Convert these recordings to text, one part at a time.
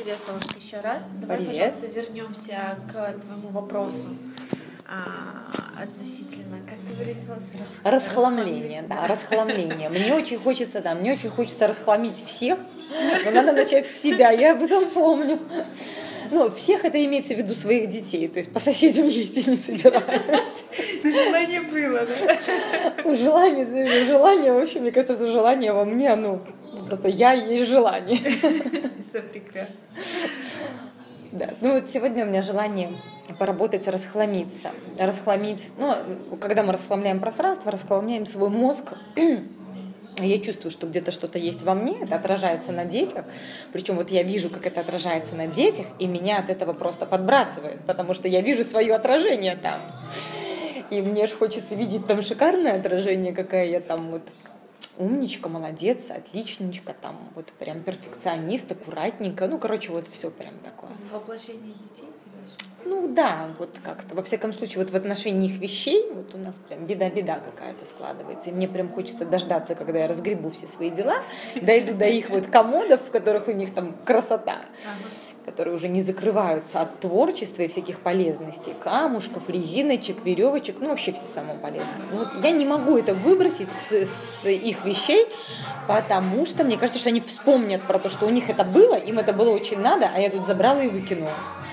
Привет, Солнышко, еще раз. Давай, Привет. пожалуйста, вернемся к твоему вопросу относительно, как ты выразилась? Расхламление, да, расхламление. Мне очень хочется расхламить всех, но надо начать с себя, я об этом помню. Ну, всех это имеется в виду своих детей, то есть по соседям ездить не собираюсь. Ну, желание было, да? Желание, вообще, мне кажется, что желание во мне, просто я есть желание. Это прекрасно. Да, вот сегодня у меня желание поработать, расхламить, когда мы расхламляем пространство, расхламляем свой мозг. Я чувствую, что где-то что-то есть во мне, это отражается на детях, причем вот я вижу, как это отражается на детях, и меня от этого просто подбрасывает, потому что я вижу свое отражение там, и мне же хочется видеть там шикарное отражение, какая я там вот умничка, молодец, отличничка, там вот прям перфекционист, аккуратненько, вот все прям такое. В воплощении детей? Да, вот как-то, во всяком случае, вот в отношении их вещей, вот у нас прям беда какая-то складывается, и мне прям хочется дождаться, когда я разгребу все свои дела, дойду до их вот комодов, в которых у них там красота, которые уже не закрываются от творчества и всяких полезностей, камушков, резиночек, веревочек, вообще все самое полезное. Вот я не могу это выбросить с их вещей, потому что мне кажется, что они вспомнят про то, что у них это было, им это было очень надо, а я тут забрала и выкинула.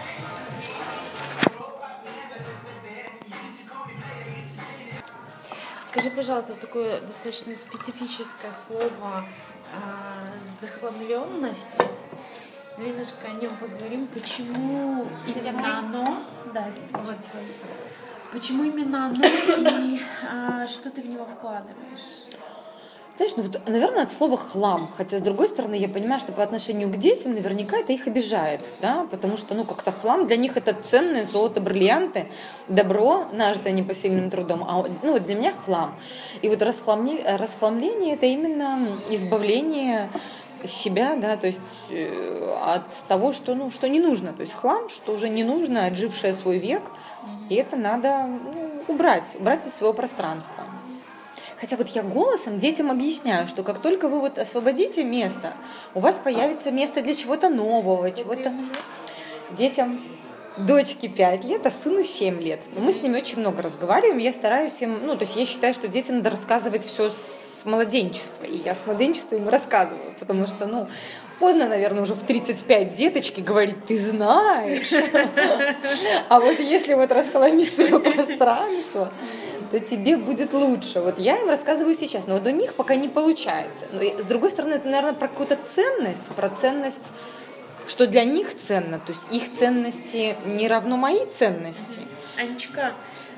Скажи, пожалуйста, вот такое достаточно специфическое слово захламленность. Немножко о нем поговорим. Почему именно оно? Да, это почему именно оно и что ты в него вкладываешь? Знаешь, наверное, от слова «хлам», хотя, с другой стороны, я понимаю, что по отношению к детям наверняка это их обижает, да, потому что, как-то хлам для них это ценное золото, бриллианты, добро, нажитое непосильным трудом, для меня хлам. И вот расхламление – это именно избавление себя, да, то есть от того, что, что не нужно, то есть хлам, что уже не нужно, отжившее свой век, и это надо убрать из своего пространства. Хотя вот я голосом детям объясняю, что как только вы освободите место, у вас появится место для чего-то нового, чего-то. Детям дочке 5 лет, а сыну 7 лет. Но мы с ними очень много разговариваем, я стараюсь им, то есть я считаю, что детям надо рассказывать все с младенчества, и я с младенчества им рассказываю, потому что, поздно, наверное, уже в 35 деточке говорить, ты знаешь. А вот если расхламить свое пространство, то тебе будет лучше. Вот я им рассказываю сейчас, но у них пока не получается. Но с другой стороны, это, наверное, про какую-то ценность, что для них ценно, то есть их ценности не равно мои ценности. Анечка,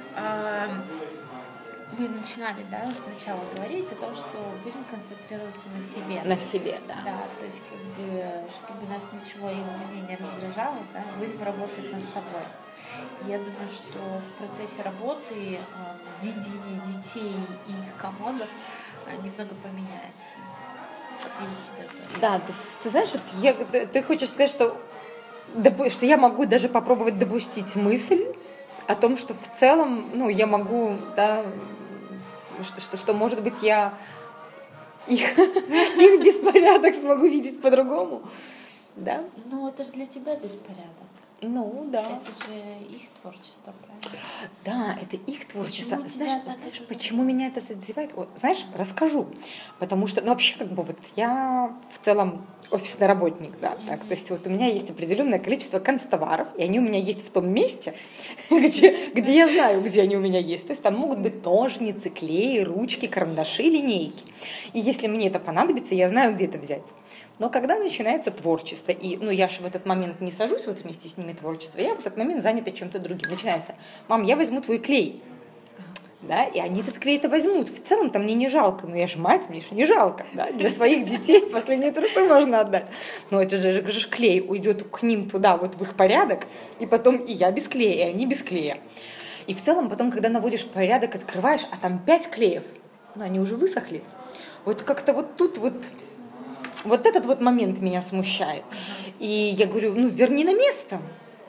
мы начинали, сначала говорить о том, что будем концентрироваться на себе. На себе, да. Да, то есть, чтобы нас ничего извне не раздражало, будем работать над собой. Я думаю, что в процессе работы видение детей и их комодов немного поменяется. И у тебя тоже. Да, то есть, ты знаешь, ты хочешь сказать, что я могу даже попробовать допустить мысль о том, что в целом, я могу, да, что может быть, я их беспорядок смогу видеть по-другому, да? Это же для тебя беспорядок. Да. Это же их творчество, правильно? Да, это их творчество. Знаешь, почему меня это задевает? Знаешь, расскажу. Потому что, вообще, я в целом офисный работник, да, так, то есть у меня есть определенное количество канцтоваров, и они у меня есть в том месте, где я знаю, где они у меня есть. То есть там могут быть ножницы, клей, ручки, карандаши, линейки. И если мне это понадобится, я знаю, где это взять. Но когда начинается творчество, и я же в этот момент не сажусь вместе с ними творчество, я в этот момент занята чем-то другим. Начинается: мам, я возьму твой клей. Да, и они этот клей-то возьмут. В целом-то мне не жалко, но я же мать, мне же не жалко. Да? Для своих детей последние трусы можно отдать. Но это же клей уйдет к ним туда, в их порядок, и потом и я без клея, и они без клея. И в целом потом, когда наводишь порядок, открываешь, а там 5 клеев, они уже высохли. Как-то тут этот момент меня смущает. И я говорю, верни на место.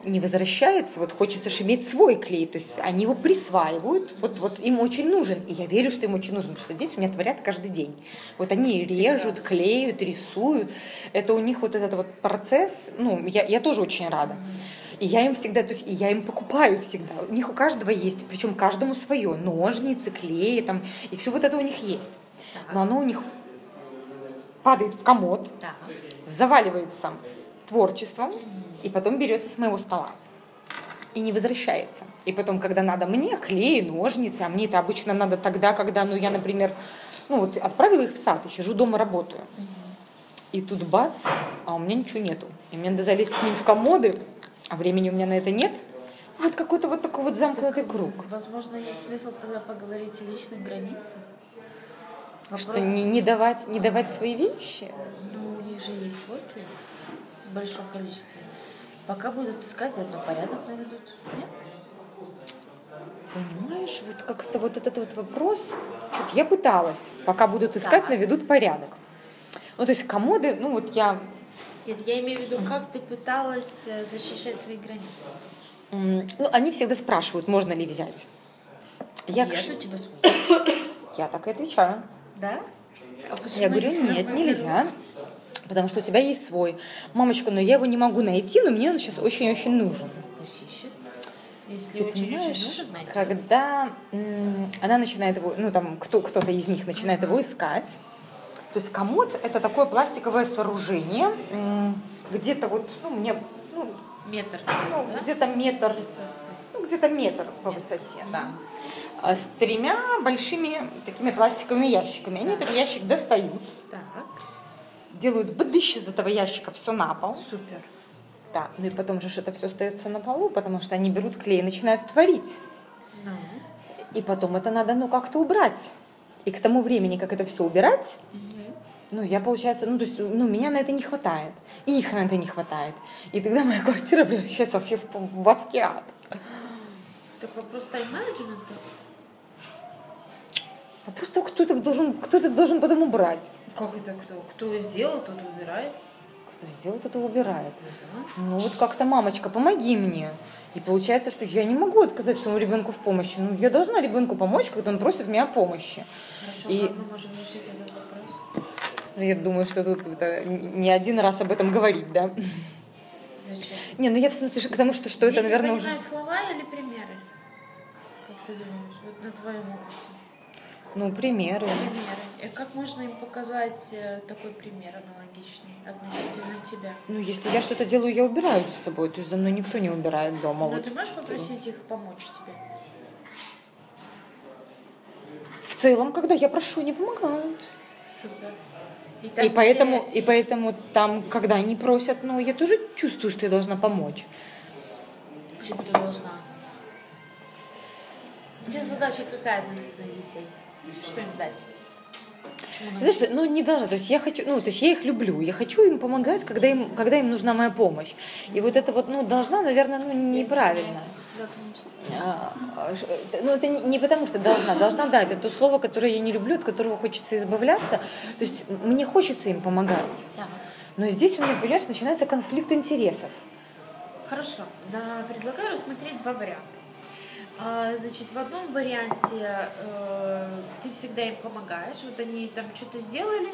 не возвращается, вот хочется же иметь свой клей, то есть они его присваивают, вот им очень нужен, и я верю, что им очень нужен, потому что дети у меня творят каждый день. Вот они режут, клеют, рисуют, это у них вот этот вот процесс, ну, я тоже очень рада. И я им всегда, то есть и я им покупаю всегда. У них у каждого есть, причем каждому свое, ножницы, клей, там, и все вот это у них есть. Но оно у них падает в комод, заваливается творчеством, и потом берется с моего стола. И не возвращается. И потом, когда надо мне, клей, ножницы, а мне это обычно надо тогда, когда, ну, я, например, ну, вот отправила их в сад, и сижу дома, работаю. И тут бац, а у меня ничего нету. И мне надо залезть к ним в комоды, а времени у меня на это нет. Вот какой-то вот такой вот замкнутый круг. Возможно, есть смысл тогда поговорить о личных границах. Что не давать свои вещи? Ну, у них же есть свой клей в большом количестве. Пока будут искать, заодно порядок наведут. Нет? Понимаешь, вот как-то вот этот вот вопрос, что-то я пыталась, пока будут искать, наведут порядок. Ну, то есть комоды, ну вот я... Нет, я имею в виду, как ты пыталась защищать свои границы. Ну, они всегда спрашивают, можно ли взять. У тебя свой. Я так и отвечаю. Да? Я говорю, нет, нельзя. Потому что у тебя есть свой. Мамочка, но я его не могу найти, но мне он сейчас очень-очень нужен. Пусть ищет. Если очень-очень нужен, найти. Когда она начинает его, ну там кто-то из них начинает его искать, то есть комод это такое пластиковое сооружение, где-то вот, ну мне, ну, метр, ну, да? где-то метр, ну, где-то метр по высоте, да. С 3 большими такими пластиковыми ящиками. Они этот ящик достают. Так. Делают быдыщ из этого ящика все на пол. Супер. Да, ну и потом же это все остается на полу, потому что они берут клей и начинают творить. Ну. И потом это надо, ну, как-то убрать. И к тому времени, как это все убирать, ну, я, получается, ну, то есть, ну, меня на это не хватает. И их на это не хватает. И тогда моя квартира превращается в адский ад. Так вопрос тайм-менеджмента? Вопрос того, кто-то должен потом убрать. Как это кто? Кто сделал, тот убирает. Кто сделал, тот убирает. Ну вот как-то, мамочка, помоги мне. И получается, что я не могу отказать своему ребенку в помощи. Ну, я должна ребенку помочь, когда он просит меня о помощи. Хорошо, и... как мы можем решить этот вопрос? Я думаю, что тут это не один раз об этом говорить, да? Зачем? Не, ну я в смысле к тому, что Дети это, наверное, уже... понимают слова или примеры? Как ты думаешь, вот на твоем опыте? Ну, примеры. Примеры. И как можно им показать такой пример аналогичный относительно тебя? Ну, если я что-то делаю, я убираю за собой. То есть за мной никто не убирает дома. Но вот. ты можешь попросить их помочь тебе? В целом, когда я прошу, они помогают. Супер. И поэтому там, когда они просят, ну, я тоже чувствую, что я должна помочь. Почему ты должна? У тебя задача какая относительно детей? Что им дать? Знаешь, ну не должна, то есть я хочу, ну то есть я их люблю, я хочу им помогать, когда им нужна моя помощь. И вот это вот, ну должна, наверное, ну неправильно. Да, конечно. Ну это не потому, что должна, да, это то слово, которое я не люблю, от которого хочется избавляться. То есть мне хочется им помогать. Да. Но здесь у меня, понимаешь, начинается конфликт интересов. Хорошо, да, предлагаю рассмотреть 2 варианта. Значит, в одном варианте ты всегда им помогаешь, вот они там что-то сделали,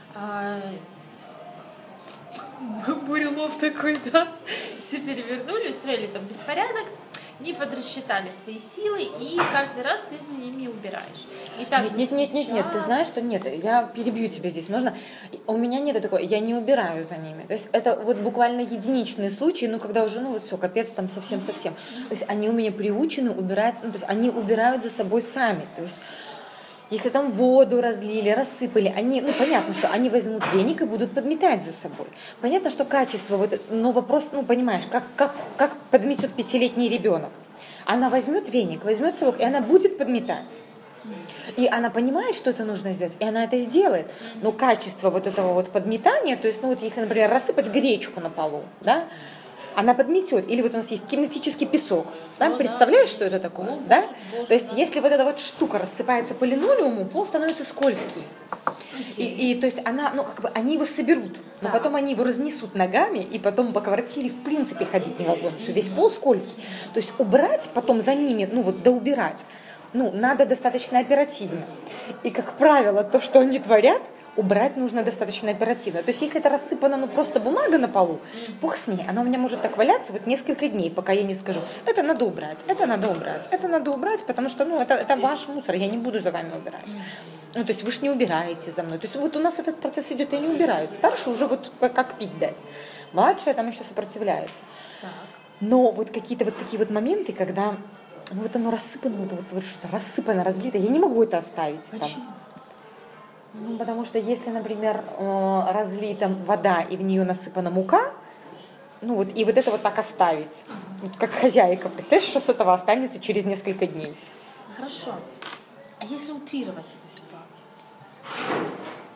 бурелом такой, да, все перевернули, устроили там беспорядок, не подрасчитали свои силы, и каждый раз ты за ними убираешь. И так нет, ты знаешь, что нет, я перебью тебя здесь, можно? У меня нет такого, я не убираю за ними. То есть это вот буквально единичные случаи, ну когда уже, ну вот все, капец там совсем-совсем. То есть они у меня приучены убирать, ну то есть они убирают за собой сами. То есть если там воду разлили, рассыпали, они, ну понятно, что они возьмут веник и будут подметать за собой. Понятно, что качество, вот, но вопрос, ну понимаешь, как подметет 5-летний ребенок. Она возьмет веник, возьмет совок, и она будет подметать. И она понимает, что это нужно сделать, и она это сделает. Но качество вот этого вот подметания, то есть, ну вот если, например, рассыпать гречку на полу, да, она подметет. Или вот у нас есть кинетический песок. Да? Представляешь, что это такое? Да? То есть, если вот эта вот штука рассыпается по линолеуму, пол становится скользкий. И то есть она, ну, как бы они его соберут, но потом они его разнесут ногами, и потом по квартире в принципе ходить невозможно, потому что весь пол скользкий. То есть убрать потом за ними, ну вот доубирать, ну, надо достаточно оперативно. И, как правило, то, что они творят, убрать нужно достаточно оперативно. То есть, если это рассыпана, ну, просто бумага на полу, бог с ней. Она у меня может так валяться вот несколько дней, пока я не скажу, это надо убрать, это надо убрать, это надо убрать, потому что, ну, это ваш мусор, я не буду за вами убирать. Ну, то есть, вы же не убираете за мной. То есть, вот у нас этот процесс идет, и они убирают. Старший уже вот как пить дать. Младшая там еще сопротивляется. Но вот какие-то вот такие вот моменты, когда ну, вот оно рассыпано, вот что-то рассыпано, разлито, я не могу это оставить. Почему? Ну, потому что если, например, разлита вода и в нее насыпана мука, ну вот, и вот это вот так оставить, вот как хозяйка, представляешь, что с этого останется через несколько дней? Хорошо. А если утрировать эту ситуацию?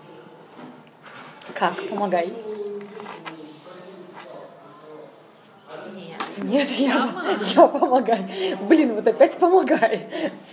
Как? Помогай. Нет, я помогаю. Блин, вот опять помогай.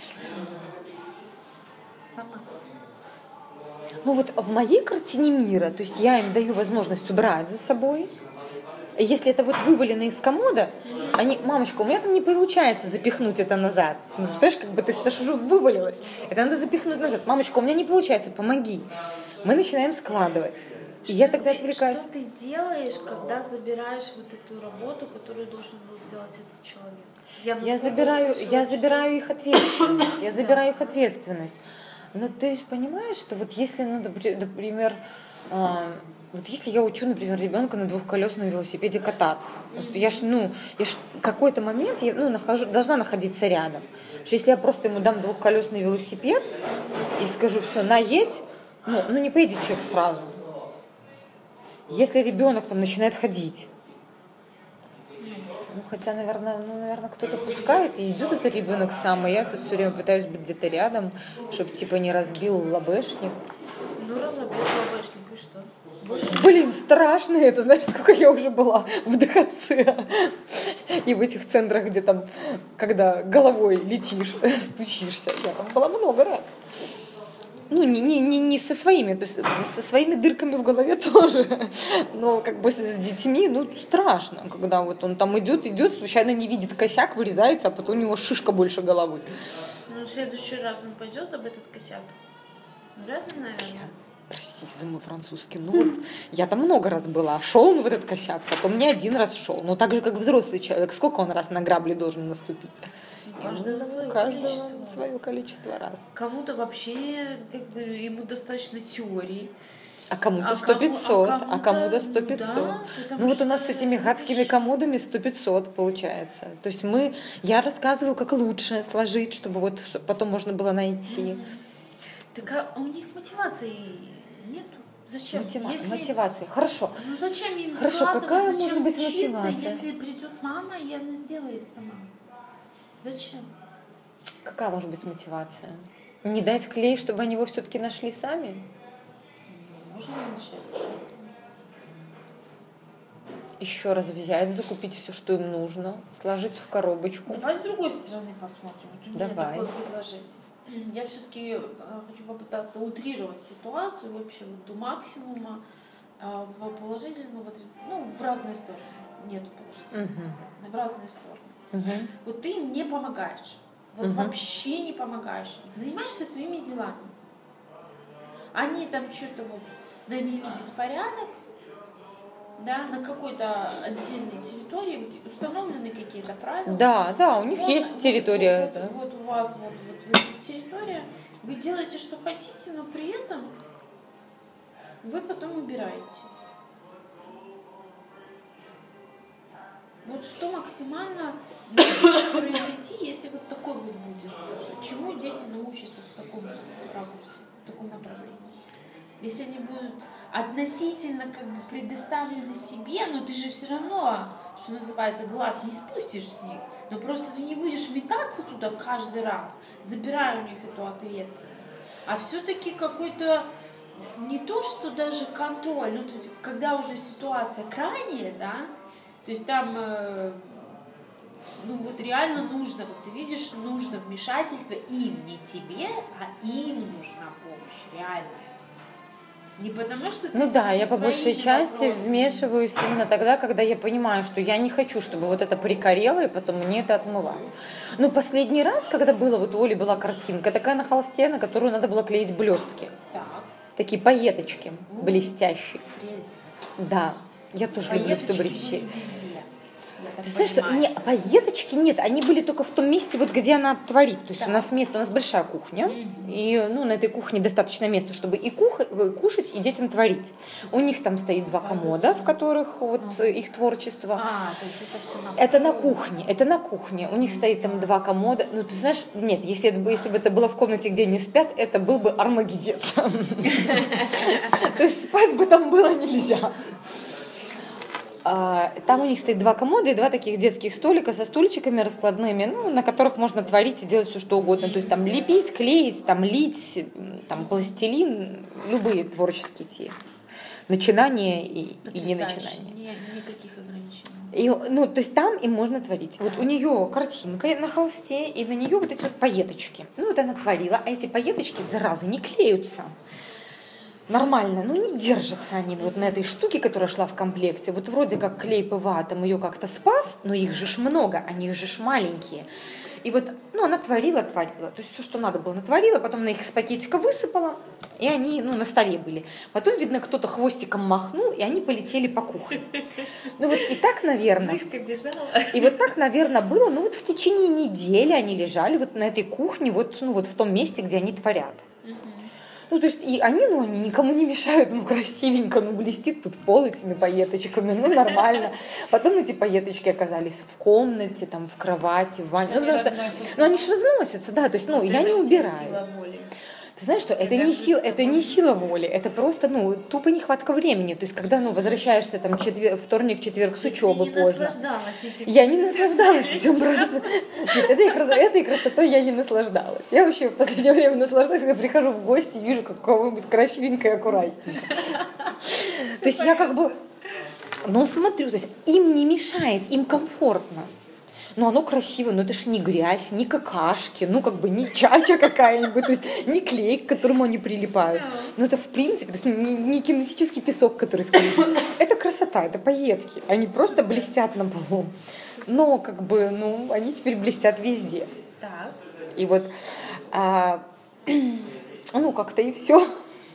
Сама. Ну вот в моей картине мира, то есть я им даю возможность убрать за собой. Если это вот вывалено из комода, они, мамочка, у меня там не получается запихнуть это назад. Ну, понимаешь, как бы, то есть это же уже вывалилось. Это надо запихнуть назад. Мамочка, у меня не получается, помоги. Мы начинаем складывать. И я тогда отвлекаюсь. Что ты делаешь, когда забираешь вот эту работу, которую должен был сделать этот человек? Я забираю их ответственность. Я забираю их ответственность. Но ты же понимаешь, что вот если, ну, например, вот если я учу, например, ребенка на двухколесном велосипеде кататься, вот я ж какой-то момент должна находиться рядом. Что если я просто ему дам двухколесный велосипед и скажу, все, наедь, ну не поедет человек сразу. Если ребенок там начинает ходить, ну, хотя, наверное, кто-то пускает, и идет этот ребенок сам, а я тут все время пытаюсь быть где-то рядом, чтобы, типа, не разбил лобешник. Ну, разобил лобешник, и что? Больше? Блин, страшно это, знаешь, сколько я уже была в ДХЦ. И в этих центрах, где там, когда головой летишь, стучишься, я там была много раз. Ну, не со своими, то есть со своими дырками в голове тоже, но как бы с детьми, ну, страшно, когда вот он там идет, случайно не видит косяк, вырезается, а потом у него шишка больше головы. Ну, в следующий раз он пойдет об этот косяк? Вряд ли, наверное. Простите за мой французский, ну вот я там много раз была, шел он в этот косяк, потом не один раз шел, но так же, как взрослый человек, сколько он раз на грабли должен наступить? Каждого свое количество раз. Кому-то вообще, как бы, ему достаточно теории. А кому-то 100-500, а кому-то 100-500. Да, ну вот у нас с этими гадскими комодами 100-500 получается. То есть я рассказываю, как лучше сложить, чтобы потом можно было найти. Так а у них мотивации нету. Зачем? Мотивация. Хорошо. Ну зачем им Хорошо, складывать, какая зачем может быть учиться, мотивация? если придет мама, и она сделает сама? Зачем? Какая может быть мотивация? Не дать клей, чтобы они его все-таки нашли сами? Можно начать. Еще раз взять, закупить все, что им нужно, сложить в коробочку. Давай с другой стороны посмотрим. Вот у меня Давай. такое предложение. Я все-таки хочу попытаться утрировать ситуацию вообще вот до максимума в положительную, в разные стороны. Нету положительного, в разные стороны. Вот ты им не помогаешь. Вот вообще не помогаешь. Занимаешься своими делами. Они там что-то вот навели беспорядок, да, на какой-то отдельной территории, вот установлены какие-то правила. Да, у них есть территория. Вот у вас вот территория, вы делаете, что хотите, но при этом вы потом убираете. Вот что максимально может произойти, если вот такой вот будет? Чему дети научатся в таком ракурсе, в таком направлении? Если они будут относительно как бы предоставлены себе, но ты же все равно, что называется, глаз не спустишь с них, но просто ты не будешь метаться туда каждый раз, забирая у них эту ответственность, а все-таки какой-то не то, что даже контроль, ну, когда уже ситуация крайняя, да, то есть там, ну вот реально нужно, вот ты видишь, нужно вмешательство им, не тебе, а им нужна помощь, реально. Не потому что ты Ну да, я со по большей своими части вопросами. вмешиваюсь именно тогда, когда я понимаю, что я не хочу, чтобы вот это прикорело, и потом мне это отмывать. Ну, последний раз, когда было, вот у Оли была картинка такая на холсте, на которую надо было клеить блестки. Так, Такие пайеточки блестящие. прелесть. Да, я тоже люблю все Пайеточки блестеть. были везде. Я так Ты знаешь, что понимаю. не, пайеточки нет, они были только в том месте, вот где она творит. То есть Да. у нас место, у нас большая кухня, и ну, на этой кухне достаточно места, чтобы и кушать, и детям творить. У них там стоит 2 комода, в которых вот их творчество. То есть это все на Это на кухне, это на кухне. У них стоит там 2 комода. Ну, ты знаешь, нет, если бы это было в комнате, где они спят, это был бы армагеддец. То есть спать бы там было нельзя. Там у них стоит 2 комода и 2 таких детских столика со стульчиками раскладными, ну, на которых можно творить и делать все что угодно. То есть там лепить, клеить, там лить, там пластилин, любые творческие те начинания и не начинания. Никаких ограничений. И, ну, то есть там им можно творить. Вот у нее картинка на холсте, и на нее вот эти вот пайеточки. Ну, вот она творила, а эти пайеточки, зараза, не клеются. Нормально, ну не держатся они вот на этой штуке, которая шла в комплекте. Вот вроде как клей ПВА там ее как-то спас, но их же ж много, они же ж маленькие. И вот, ну, она творила. То есть все, что надо было, натворила, потом она их из пакетика высыпала, и они, ну, на столе были. Потом, видно, кто-то хвостиком махнул, и они полетели по кухне. Ну вот и так, наверное. Мышка бежала. И вот так, наверное, было, ну вот в течение недели они лежали вот на этой кухне, вот, ну, вот в том месте, где они творят. Ну, то есть, и они, ну, они никому не мешают, ну, красивенько, ну, блестит тут пол этими пайеточками, ну, нормально. Потом эти пайеточки оказались в комнате, там, в кровати, в ванне. Ну, потому что, ну, они же разносятся, да, то есть, ну, я не убираю. Ты знаешь, что это не сила воли, это просто, ну, тупо нехватка времени. То есть, когда, ну, возвращаешься там вторник, четверг с учебы поздно. Я не наслаждалась этим процессом. Нет, этой красотой я не наслаждалась. Я вообще в последнее время наслаждаюсь, когда прихожу в гости и вижу, как кого-нибудь красивенько и аккуратненько. То есть я как бы, ну, смотрю, то есть им не мешает, им комфортно. Ну, оно красиво, но это ж не грязь, не какашки, ну, как бы не чача какая-нибудь, то есть не клей, к которому они прилипают. Ну, это в принципе, то есть не кинетический песок, который скользит. Это красота, это пайетки. Они просто блестят на полу. Но, как бы, ну, они теперь блестят везде. Так. И вот, ну, как-то и все.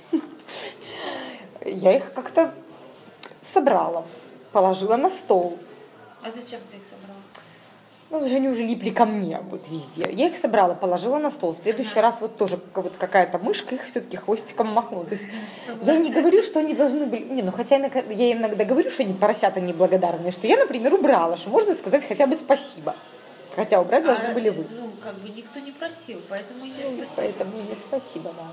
Я их как-то собрала, положила на стол. А зачем ты их собрала? Ну, они уже липли ко мне вот везде. Я их собрала, положила на стол. В следующий раз вот тоже вот какая-то мышка их все-таки хвостиком махнула. То есть я не говорю, что они должны были... Не, ну хотя я иногда говорю, что они поросята неблагодарные, что я, например, убрала, что можно сказать хотя бы спасибо. Хотя убрать должны были вы. Ну, как бы никто не просил, поэтому и нет спасибо. Поэтому нет спасибо, да.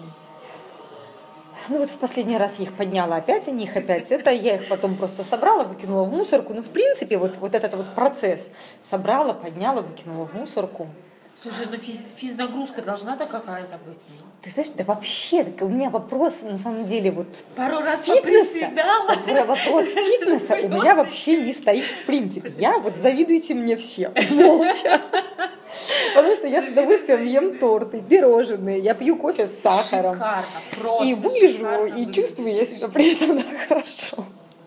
Ну вот в последний раз я их подняла опять, они их опять это, я их потом просто собрала, выкинула в мусорку. Ну, в принципе, вот этот вот процесс собрала, подняла, выкинула в мусорку. Слушай, ну физнагрузка должна-то какая-то быть. Ты знаешь, да вообще, у меня вопрос, на самом деле, вот пару раз фитнеса, вопрос фитнеса у меня вообще не стоит в принципе. Я вот завидуйте мне все, молча. Потому что я с удовольствием ем торты, пирожные, я пью кофе с сахаром. Шикарно, просто и выгляжу, шикарно и чувствую я себя при этом так хорошо.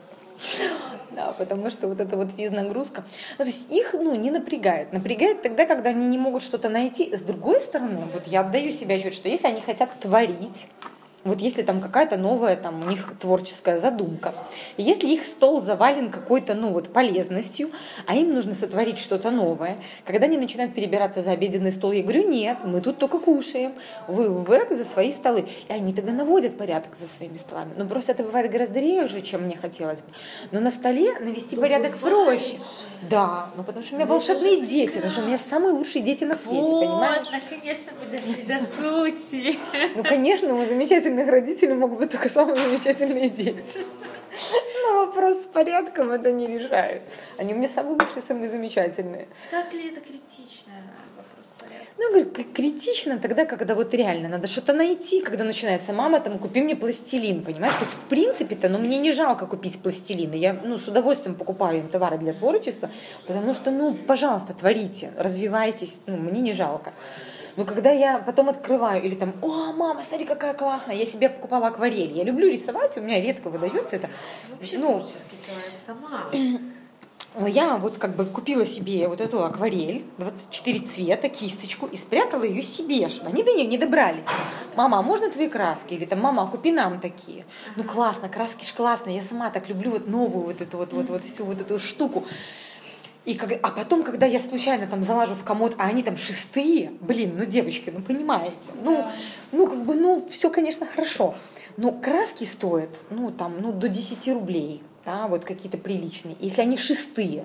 Да, потому что вот эта вот физнагрузка, ну, то есть их, ну, не напрягает. Напрягает тогда, когда они не могут что-то найти. С другой стороны, вот я отдаю себе отчет, что если они хотят творить, вот если там какая-то новая там у них творческая задумка, и если их стол завален какой-то, ну, вот полезностью, а им нужно сотворить что-то новое, когда они начинают перебираться за обеденный стол, я говорю, нет, мы тут только кушаем, вы за свои столы. И они тогда наводят порядок за своими столами. Но просто это бывает гораздо реже, чем мне хотелось бы. Но на столе навести порядок проще. Да, ну потому что у меня волшебные дети, потому что у меня самые лучшие дети на свете, понимаешь? Вот, наконец-то мы дошли до сути. Ну, конечно, у замечательных родителей могут быть только самые замечательные дети. Но вопрос с порядком это не решает. Они у меня самые лучшие, самые замечательные. Так ли это критично? Вопрос порядка. Ну, я говорю, критично тогда, когда вот реально надо что-то найти, когда начинается мама, там, купи мне пластилин, понимаешь? То есть, в принципе-то, ну, мне не жалко купить пластилины. Я, ну, с удовольствием покупаю им товары для творчества, потому что, ну, пожалуйста, творите, развивайтесь, ну, мне не жалко. Но когда я потом открываю, или там, о, мама, смотри, какая классная, я себе покупала акварель. Я люблю рисовать, у меня редко выдается это. Вообще творческий человек сама. Я вот как бы купила себе вот эту акварель, 24 цвета, кисточку, и спрятала ее себе, чтобы они до нее не добрались. Мама, а можно твои краски? Или там, мама, а купи нам такие. Ну классно, краски ж классные, я сама так люблю вот новую вот эту вот всю вот эту штуку. А потом, когда я случайно там залажу в комод, а они там шестые, блин, ну, девочки, ну, понимаете, ну, все, конечно, хорошо, но краски стоят, до 10 рублей, да, вот какие-то приличные, если они шестые,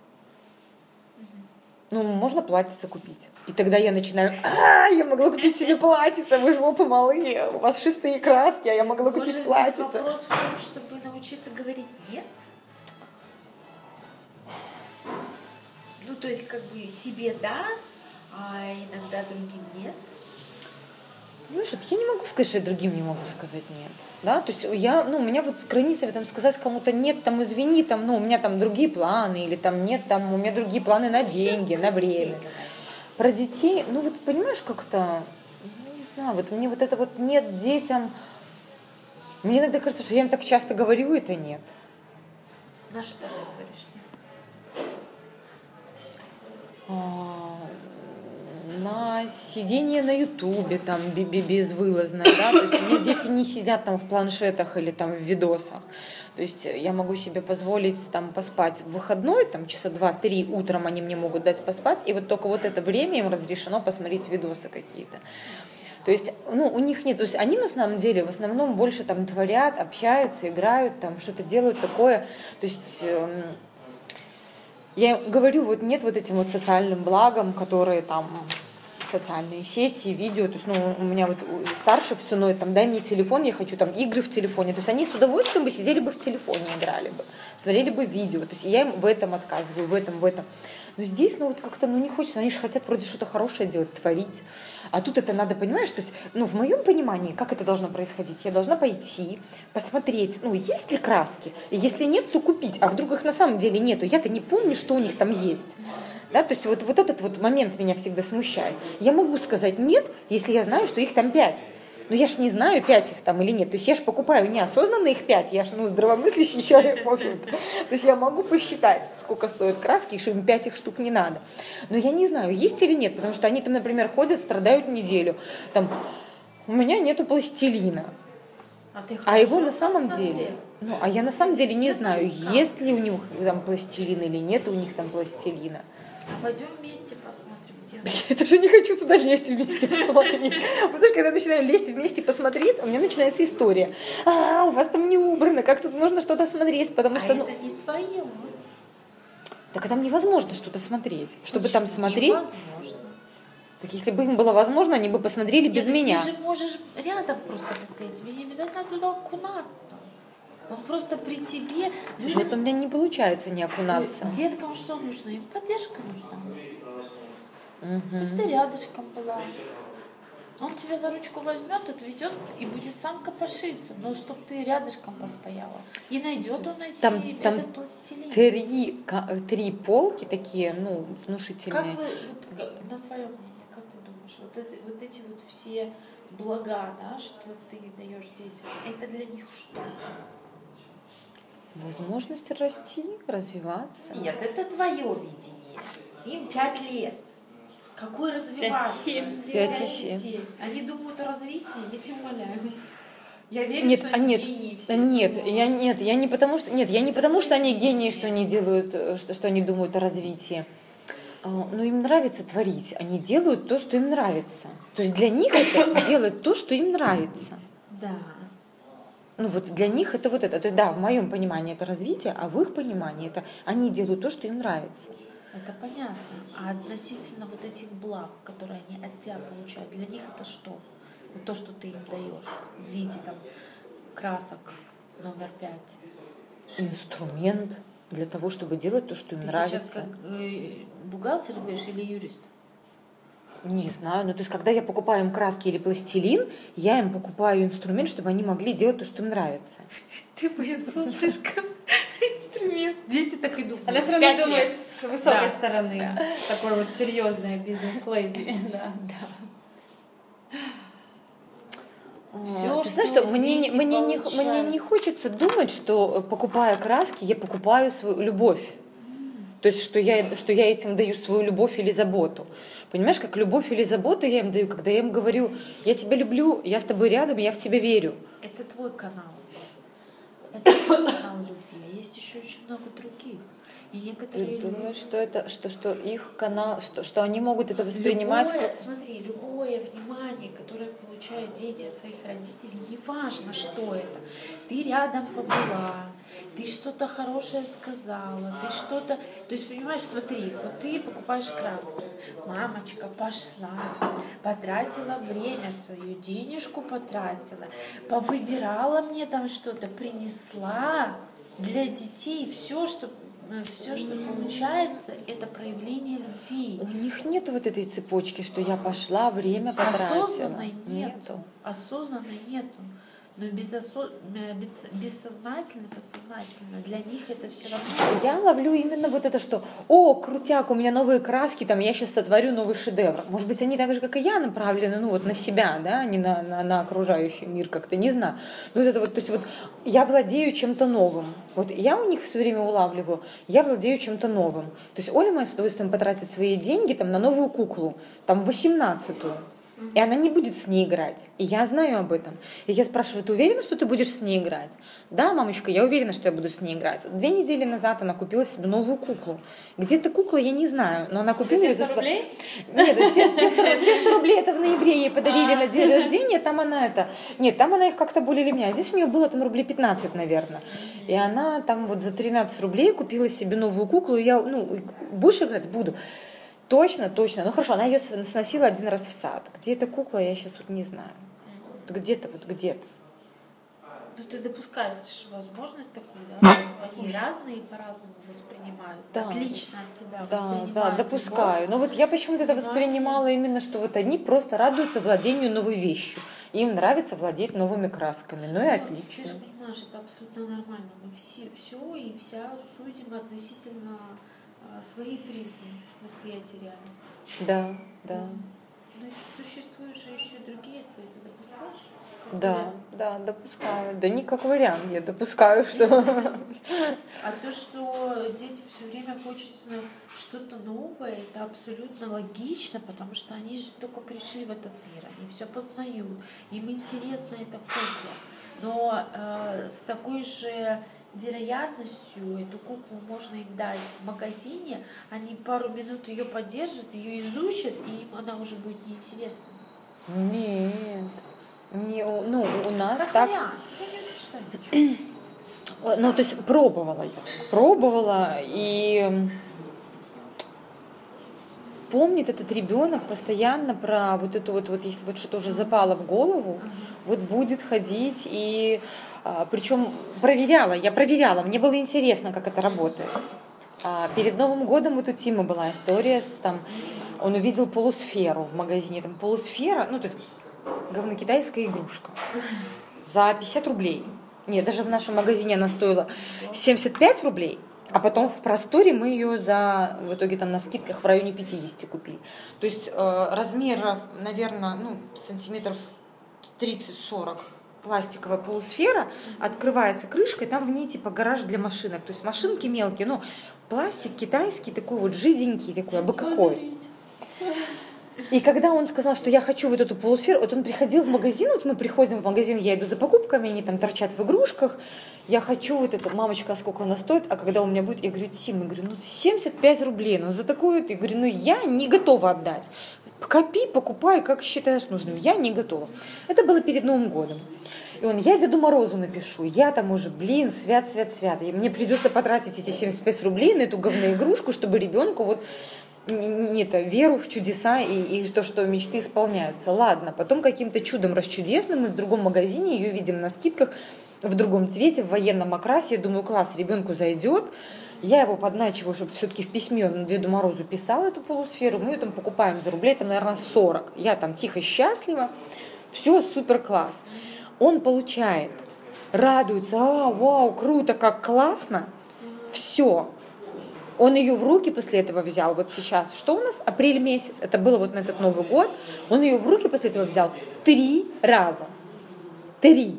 можно платьице купить. И тогда я начинаю, я могла купить себе платьице, вы же опы малые, у вас шестые краски, а я могла купить платьице. Вопрос в том, чтобы научиться говорить «нет». Ну, то есть, как бы себе да, а иногда другим нет. Знаешь, вот я не могу сказать, что я другим не могу сказать нет. Да? То есть у меня вот с границами там, сказать кому-то нет, там, извини, там, у меня там другие планы, или там нет, там, у меня другие планы на деньги, на время. Про детей, вот понимаешь, как-то, не знаю, вот мне вот это вот нет детям, мне иногда кажется, что я им так часто говорю, это нет. На что ты говоришь нет? На сидение на Ютубе там безвылазное, да, то есть у меня дети не сидят там в планшетах или там в видосах, то есть я могу себе позволить там поспать в выходной, там часа 2-3 утром они мне могут дать поспать, и вот только вот это время им разрешено посмотреть видосы какие-то. То есть, у них нет, то есть они на самом деле в основном больше там творят, общаются, играют, там что-то делают такое, то есть я говорю, вот нет вот этим вот социальным благам, которые там социальные сети, видео, то есть, у меня вот старший всю ночь, там, дай мне телефон, я хочу там игры в телефоне, то есть они с удовольствием бы сидели бы в телефоне, играли бы, смотрели бы видео, то есть я им в этом отказываю, в этом. Но здесь, как-то, не хочется, они же хотят вроде что-то хорошее делать, творить. А тут это надо, понимаешь, то есть, в моем понимании, как это должно происходить? Я должна пойти, посмотреть, есть ли краски, и если нет, то купить, а вдруг их на самом деле нету, я-то не помню, что у них там есть. Да, то есть вот этот вот момент меня всегда смущает. Я могу сказать нет, если я знаю, что их там 5. Но я ж не знаю, 5 их там или нет. То есть я ж покупаю неосознанно их 5. Я ж здравомыслящий человек, в общем-то. То есть я могу посчитать, сколько стоят краски, и что им 5 их штук не надо. Но я не знаю, есть или нет, потому что они там, например, ходят, страдают неделю. Там, у меня нету пластилина. А его на самом деле... а я на самом деле не знаю, есть ли у них там пластилин или нет у них там пластилина. А пойдем вместе посмотрим, где. Я даже не хочу туда лезть вместе посмотреть. Потому что когда я начинаю лезть вместе посмотреть, у меня начинается история. У вас там не убрано, как тут можно что-то смотреть, потому что... это не твое. Так там невозможно что-то смотреть. Чтобы там смотреть... Невозможно. Так если бы им было возможно, они бы посмотрели без меня. Ты же можешь рядом просто постоять, тебе не обязательно туда окунаться. Он просто при тебе... Что-то у меня не получается не окунаться. Деткам что нужно? Им поддержка нужна. Чтобы ты рядышком была. Он тебя за ручку возьмет, отведет и будет сам копошиться. Но чтобы ты рядышком постояла. И найдет он этот пластилин. Три полки такие, внушительные. На твое мнение, как ты думаешь, вот эти вот все блага, да, что ты даешь детям, это для них что? Возможность расти, развиваться. Нет, это твое видение. Им 5 лет. Какой развиваться? 5,7. Они думают о развитии, я тебя умоляю. Я верю, нет, что они гении. Я не потому что они гении, что они делают, что они думают о развитии. Но им нравится творить. Они делают то, что им нравится. То есть для них это делать то, что им нравится. Да. Для них это вот это. То есть, да, в моем понимании это развитие, а в их понимании это они делают то, что им нравится. Это понятно. А относительно вот этих благ, которые они от тебя получают, для них это что? Вот то, что ты им даешь в виде там красок номер 5. Инструмент для того, чтобы делать то, что им нравится. Ты сейчас как бухгалтер будешь или юрист? Не знаю, то есть когда я покупаю им краски или пластилин, я им покупаю инструмент, чтобы они могли делать то, что им нравится. Ты моя солнышко. Инструмент. Дети так и думают. Она все равно думает с высокой стороны. Такой вот серьезная бизнес-леди. Да. Все, Ты знаешь, что мне не хочется думать, что покупая краски, я покупаю свою любовь. То есть, что я этим даю свою любовь или заботу. Понимаешь, как любовь или заботу я им даю, когда я им говорю, я тебя люблю, я с тобой рядом, я в тебя верю. Это твой канал. Это твой канал любви. А есть еще очень много других. И некоторые Ты думаешь, что их канал, что они могут это воспринимать любое внимание, которое получают дети от своих родителей, неважно, что это. Ты рядом побыла, ты что-то хорошее сказала, ты что-то... То есть, понимаешь, смотри, вот ты покупаешь краски, мамочка пошла, потратила время свое, денежку потратила, повыбирала мне там что-то, принесла для детей все, что получается, это проявление любви. У них нету вот этой цепочки, что я пошла, время потратила. Осознанной нету. Осознанной нету. Но бессознательно, подсознательно для них это все равно. Я ловлю именно вот это, что о, крутяк, у меня новые краски, там я сейчас сотворю новый шедевр. Может быть, они так же, как и я, направлены, ну вот на себя, да, а не на окружающий мир, как-то не знаю. Но вот это вот, то есть вот я владею чем-то новым. Вот я у них все время улавливаю, я владею чем-то новым. То есть Оля моя с удовольствием потратит свои деньги там на новую куклу, там 18-ю. И она не будет с ней играть. И я знаю об этом. И я спрашиваю, ты уверена, что ты будешь с ней играть? Да, мамочка, я уверена, что я буду с ней играть. 2 недели назад она купила себе новую куклу. Где эта кукла, я не знаю. Но она купила... За 100 рублей? Нет, те 100 рублей это в ноябре ей подарили на день рождения. Там она это... Нет, там она их как-то более или менее. Здесь у нее было там рублей 15, наверное. И она там вот за 13 рублей купила себе новую куклу. И я, больше играть буду. Точно. Ну хорошо, она ее сносила 1 раз в сад. Где эта кукла, я сейчас вот не знаю. Где-то. Ну ты допускаешь возможность такую, да? Они разные и по-разному воспринимают. Да. Отлично от тебя воспринимают. Да, допускаю. Но вот я почему-то это воспринимала именно, что вот они просто радуются владению новой вещью. Им нравится владеть новыми красками. Ну и отлично. Ты же понимаешь, это абсолютно нормально. Мы все и вся судим относительно свои призмы восприятия реальности. Да. Но существуют же еще другие, ты это допускаешь? Да, допускаю. Да не как вариант, я допускаю, что... А то, что детям все время хочется что-то новое, это абсолютно логично, потому что они же только пришли в этот мир, они все познают, им интересна эта кукла. Но с такой же вероятностью эту куклу можно им дать в магазине, они пару минут ее подержат, ее изучат, и им она уже будет неинтересна. Нет. У нас как так... вариант. Я не то есть пробовала, и помнит этот ребенок постоянно про вот это вот если вот что-то уже запало в голову, вот будет ходить, и причем я проверяла, мне было интересно, как это работает. Перед Новым годом у Тимы была история, он увидел полусферу в магазине, там полусфера, то есть говнокитайская игрушка за 50 рублей. Нет, даже в нашем магазине она стоила 75 рублей, а потом в просторе мы ее в итоге там на скидках в районе 50 купили. То есть размер, наверное, сантиметров 30-40 пластиковая полусфера, открывается крышка, и там в ней типа гараж для машинок. То есть машинки мелкие, пластик китайский, такой вот жиденький, такой, абы какой. И когда он сказал, что я хочу вот эту полусферу, вот он приходил в магазин, вот мы приходим в магазин, я иду за покупками, они там торчат в игрушках, я хочу вот это, мамочка, сколько она стоит, а когда у меня будет, я говорю, Тим, 75 рублей, за такое, я говорю, я не готова отдать. Копи, покупай, как считаешь нужным, я не готова. Это было перед Новым годом. И я Деду Морозу напишу, я там уже, свят, и мне придется потратить эти 75 рублей на эту говноигрушку, чтобы ребенку веру в чудеса и то, что мечты исполняются. Ладно, потом каким-то чудом расчудесным мы в другом магазине ее видим на скидках, в другом цвете, в военном окрасе. Я думаю, класс, ребенку зайдет. Я его подначиваю, чтобы все-таки в письме он Деду Морозу писал эту полусферу. Мы ее там покупаем за рублей, там, наверное, 40. Я там тихо, счастлива. Все, супер класс. Он получает, радуется, вау, круто, как классно. Все. Он ее в руки после этого взял, вот сейчас, что у нас, апрель месяц, это было вот на этот Новый год, он ее в руки после этого взял 3 раза. 3.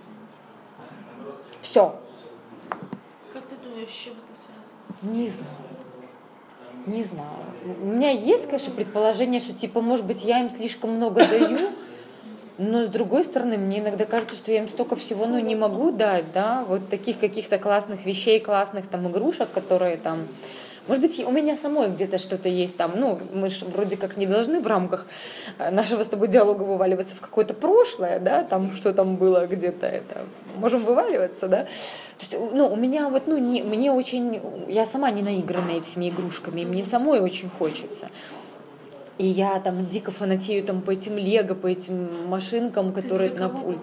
Все. Как ты думаешь, с чем это связано? Не знаю. Не знаю. У меня есть, конечно, предположение, что, типа, может быть, я им слишком много даю, но, с другой стороны, мне иногда кажется, что я им столько всего, ну, не могу дать, да, вот таких каких-то классных вещей, классных там игрушек, которые там... Может быть, у меня самой где-то что-то есть там, ну, мы же вроде как не должны в рамках нашего с тобой диалога вываливаться в какое-то прошлое, да, там, что там было где-то это, можем вываливаться, да. То есть, ну, у меня вот, ну, мне очень, я сама не наигранная этими игрушками, мне самой очень хочется. И я там дико фанатею там по этим лего, по этим машинкам, которые на пульт.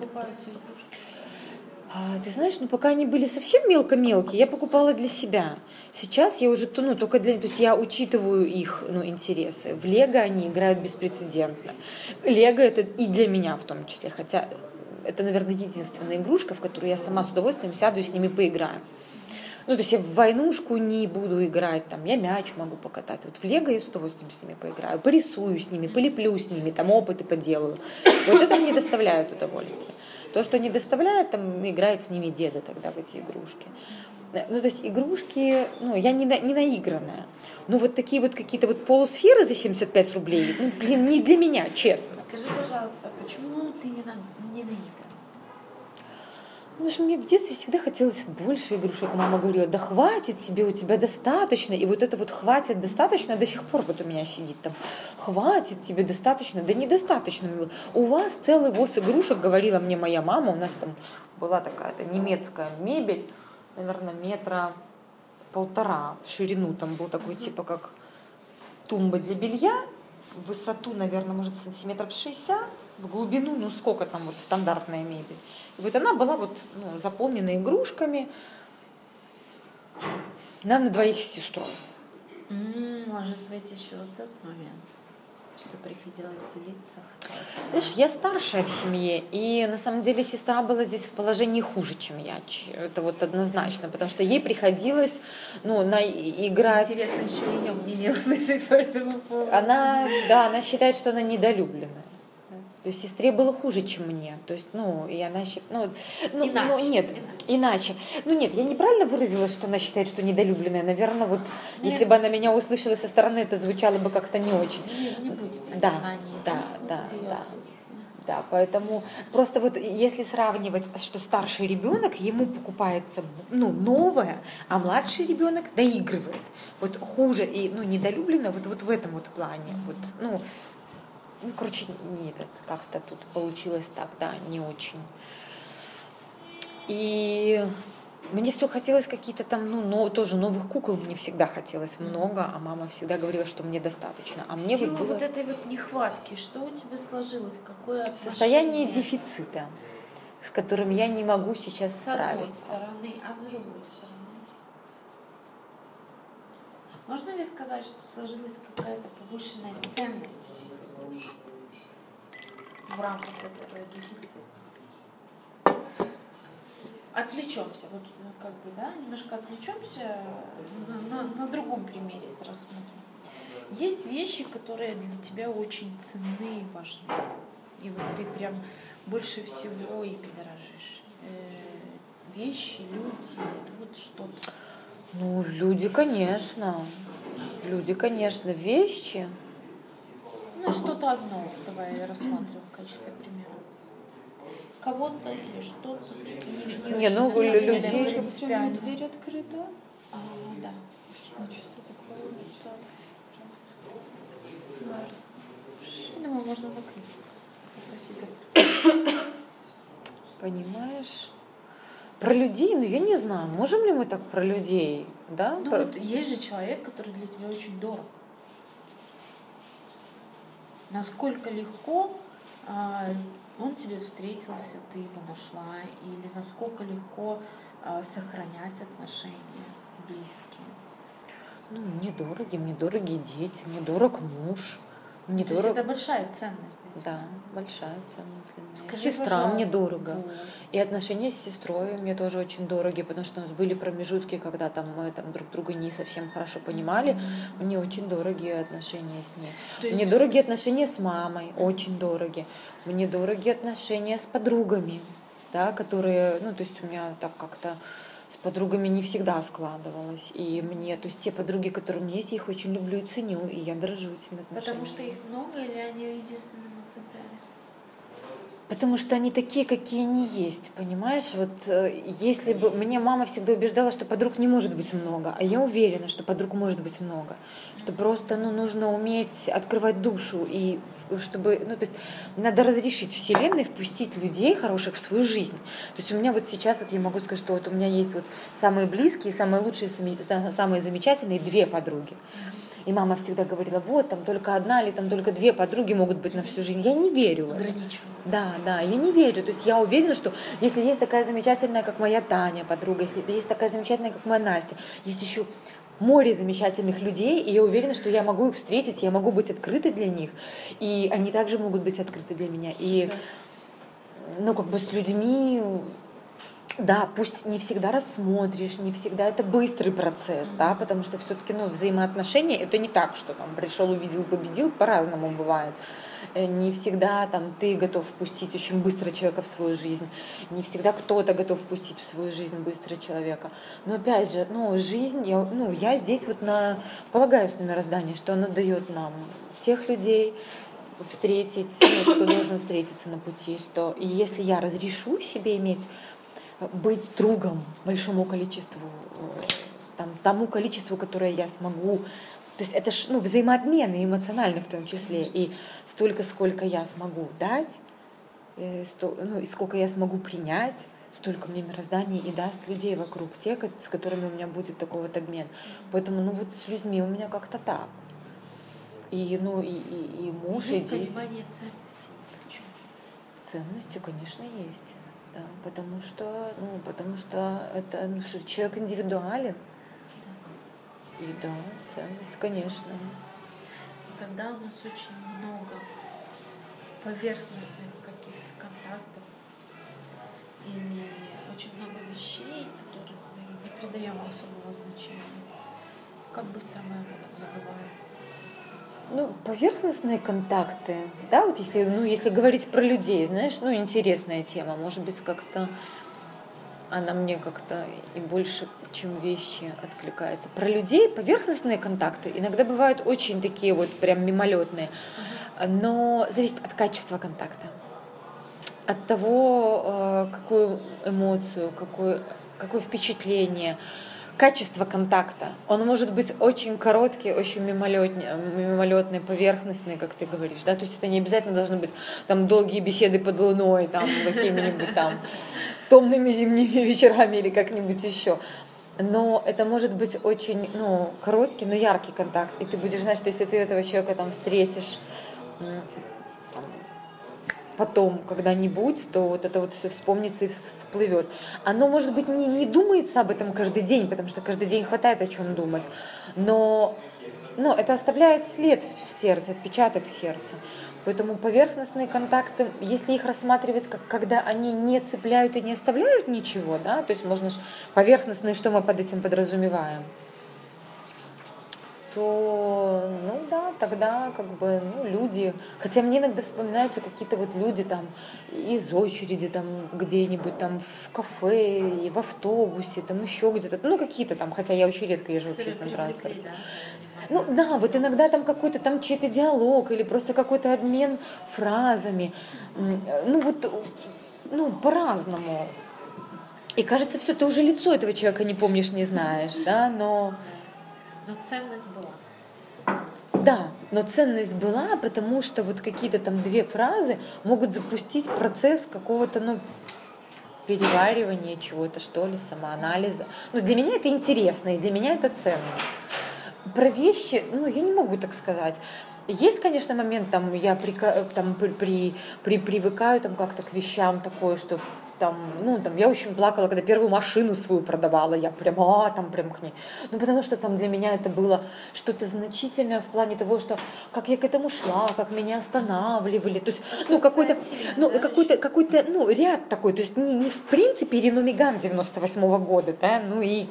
Ты знаешь, ну пока они были совсем мелко-мелкие, я покупала для себя. Сейчас я уже, ну, только для... То есть я учитываю их, ну, интересы. В лего они играют беспрецедентно. Лего это и для меня в том числе, хотя это, наверное, единственная игрушка, в которую я сама с удовольствием сяду и с ними поиграю. Ну, то есть я в войнушку не буду играть, там, я мяч могу покатать. Вот в лего я с удовольствием с ними поиграю, порисую с ними, полеплю с ними, там, опыты поделаю. Вот это мне доставляет удовольствие. То, что не доставляет, там, играет с ними деда тогда в эти игрушки. Ну, то есть игрушки, ну, я не наигранная. Ну, вот такие вот какие-то вот полусферы за 75 рублей, ну, блин, не для меня, честно. Скажи, пожалуйста, почему ты не наигранная? Потому что мне в детстве всегда хотелось больше игрушек. Мама говорила, да хватит тебе, у тебя достаточно. И вот это вот хватит, достаточно до сих пор вот у меня сидит там. Хватит тебе, достаточно. Да недостаточно. У вас целый воз игрушек, говорила мне моя мама. У нас там была такая-то немецкая мебель, наверное, 1,5 метра в ширину. Там был такой типа как тумба для белья. В высоту, наверное, может, сантиметров 60. В глубину, ну сколько там вот стандартная мебель. И вот она была вот, ну, заполнена игрушками. Нам на 2 с сестрой. Может быть, еще вот тот момент, что приходилось делиться. Знаешь, я старшая в семье, и на самом деле сестра была здесь в положении хуже, чем я. Это вот однозначно, потому что ей приходилось, ну, играть... Интересно еще ее мнение услышать по этому поводу. Она считает, что она недолюбленная. То есть сестре было хуже, чем мне. То есть, ну, и она считает... Иначе. Ну, нет, я неправильно выразилась, что она считает, что недолюбленная. Наверное, вот, если бы она меня услышала со стороны, это звучало бы как-то не очень. Не будем Да, поэтому просто вот если сравнивать, что старший ребенок, ему покупается, ну, новое, а младший ребенок доигрывает. Вот хуже и, ну, недолюбленно вот в этом вот плане. Вот, ну, короче, нет, как-то тут получилось так, да, не очень. И мне все хотелось какие-то там, ну, тоже новых кукол мне всегда хотелось много, а мама всегда говорила, что мне достаточно. А мне вот было... вот этой вот нехватки, что у тебя сложилось, какое отношение? Состояние дефицита, с которым я не могу сейчас справиться. С одной стороны, а с другой стороны? Можно ли сказать, что сложилась какая-то повышенная ценность этих игрушек в рамках этого дефицита? Отвлечемся, вот как бы, да, немножко отвлечемся, на другом примере это рассмотрим. Есть вещи, которые для тебя очень ценны и важны, и вот ты прям больше всего ими дорожишь. Вещи, люди, вот что-то. Ну, люди, конечно, вещи. Ну, что-то одно, давай рассматриваем в качестве примера. Кого-то или что-то. Людей. Принципиально. Дверь открыта. Да. Что такое стало? Я думаю, можно закрыть. Попросить. Понимаешь? Про людей, ну я не знаю, можем ли мы так про людей, да? Ну вот есть же человек, который для тебя очень дорог. Насколько легко он тебе встретился, ты его нашла, или насколько легко сохранять отношения близкие? Ну, мне дороги дети, мне дорог муж. Мне То есть это большая ценность для тебя? Да, большая ценность для меня. Скажи, Сестра пожалуйста. мне дорого. Вот. И отношения с сестрой мне тоже очень дороги, потому что у нас были промежутки, когда там мы там друг друга не совсем хорошо понимали. Мне очень дорогие отношения с ней. То есть... Мне дорогие отношения с мамой, очень дороги. Мне дорогие отношения с подругами. да, которые, ну, то есть у меня так как-то с подругами не всегда складывалось. И мне, то есть те подруги, которые у меня есть, я их очень люблю и ценю, и я дорожу этими отношениями. Потому что их много или они в единственном экземпляре? Потому что они такие, какие они есть, понимаешь? Вот если бы... Мне мама всегда убеждала, что подруг не может быть много, а я уверена, что подруг может быть много. Что просто, ну, нужно уметь открывать душу, и чтобы... Ну, то есть надо разрешить Вселенной впустить людей хороших в свою жизнь. То есть у меня вот сейчас, вот я могу сказать, что вот у меня есть вот самые близкие, самые лучшие, самые замечательные 2 подруги. И мама всегда говорила, вот, там только одна или там только 2 подруги могут быть на всю жизнь. Я не верю в это. Ограничиваю. Да, я не верю. То есть я уверена, что если есть такая замечательная, как моя Таня, подруга, если есть такая замечательная, как моя Настя, есть еще море замечательных людей, и я уверена, что я могу их встретить, я могу быть открытой для них, и они также могут быть открыты для меня. И, ну, как бы с людьми... Да, пусть не всегда рассмотришь, не всегда это быстрый процесс, да, потому что все-таки, ну, взаимоотношения это не так, что там пришел, увидел, победил, по-разному бывает. Не всегда там ты готов впустить очень быстро человека в свою жизнь, не всегда кто-то готов впустить в свою жизнь быстро человека. Но опять же, ну, жизнь, я здесь вот полагаюсь на мироздание, что оно дает нам тех людей встретить, ну, кто должен встретиться на пути, что и если я разрешу себе быть другом большому количеству, тому количеству, которое я смогу. То есть это ж, взаимообмен, и эмоционально в том числе. И столько, сколько я смогу дать, и сколько я смогу принять, столько мне мироздание и даст людей вокруг, те, с которыми у меня будет такой вот обмен. Поэтому, вот с людьми у меня как-то так. И муж, и дети. Есть понимание ценностей? Ценности, конечно, есть. Да, потому что это, что человек индивидуален. И да, ценность, конечно. И когда у нас очень много поверхностных каких-то контактов или очень много вещей, которых мы не придаем особого значения, как быстро мы об этом забываем? Поверхностные контакты, да, вот если говорить про людей, знаешь, интересная тема, может быть, как-то она мне как-то и больше, чем вещи, откликается. Про людей поверхностные контакты иногда бывают очень такие вот прям мимолетные, но зависит от качества контакта, от того, какую эмоцию, какое впечатление, качество контакта. Он может быть очень короткий, очень мимолетный, поверхностный, как ты говоришь, да, то есть это не обязательно должны быть там долгие беседы под луной, там какими-нибудь там томными зимними вечерами или как-нибудь еще. Но это может быть очень, короткий, но яркий контакт, и ты будешь знать, что если ты этого человека там встретишь потом когда-нибудь, то вот это вот все вспомнится и всплывет. Оно, может быть, не думается об этом каждый день, потому что каждый день хватает о чем думать, но это оставляет след в сердце, отпечаток в сердце. Поэтому поверхностные контакты, если их рассматривать, как когда они не цепляют и не оставляют ничего, да, то есть можно же поверхностные, что мы под этим подразумеваем, то, тогда люди, хотя мне иногда вспоминаются какие-то вот люди там из очереди там где-нибудь там в кафе, и в автобусе, там еще где-то, какие-то там, хотя я очень редко езжу в общественном транспорте. Да. Вот иногда там какой-то там чей-то диалог или просто какой-то обмен фразами, по-разному. И кажется, все, ты уже лицо этого человека не помнишь, не знаешь, да, но ценность была. Да, но ценность была, потому что вот какие-то там 2 фразы могут запустить процесс какого-то, переваривания чего-то, что ли, самоанализа. Для меня это интересно, и для меня это ценно. Про вещи, я не могу так сказать. Есть, конечно, момент, я привыкаю как-то к вещам такое, что я очень плакала, когда первую машину свою продавала, я прям к ней. Потому что для меня это было что-то значительное в плане того, что как я к этому шла, как меня останавливали, то есть, какой-то ряд такой, то есть не в принципе Рено Меган 98-го года, да, и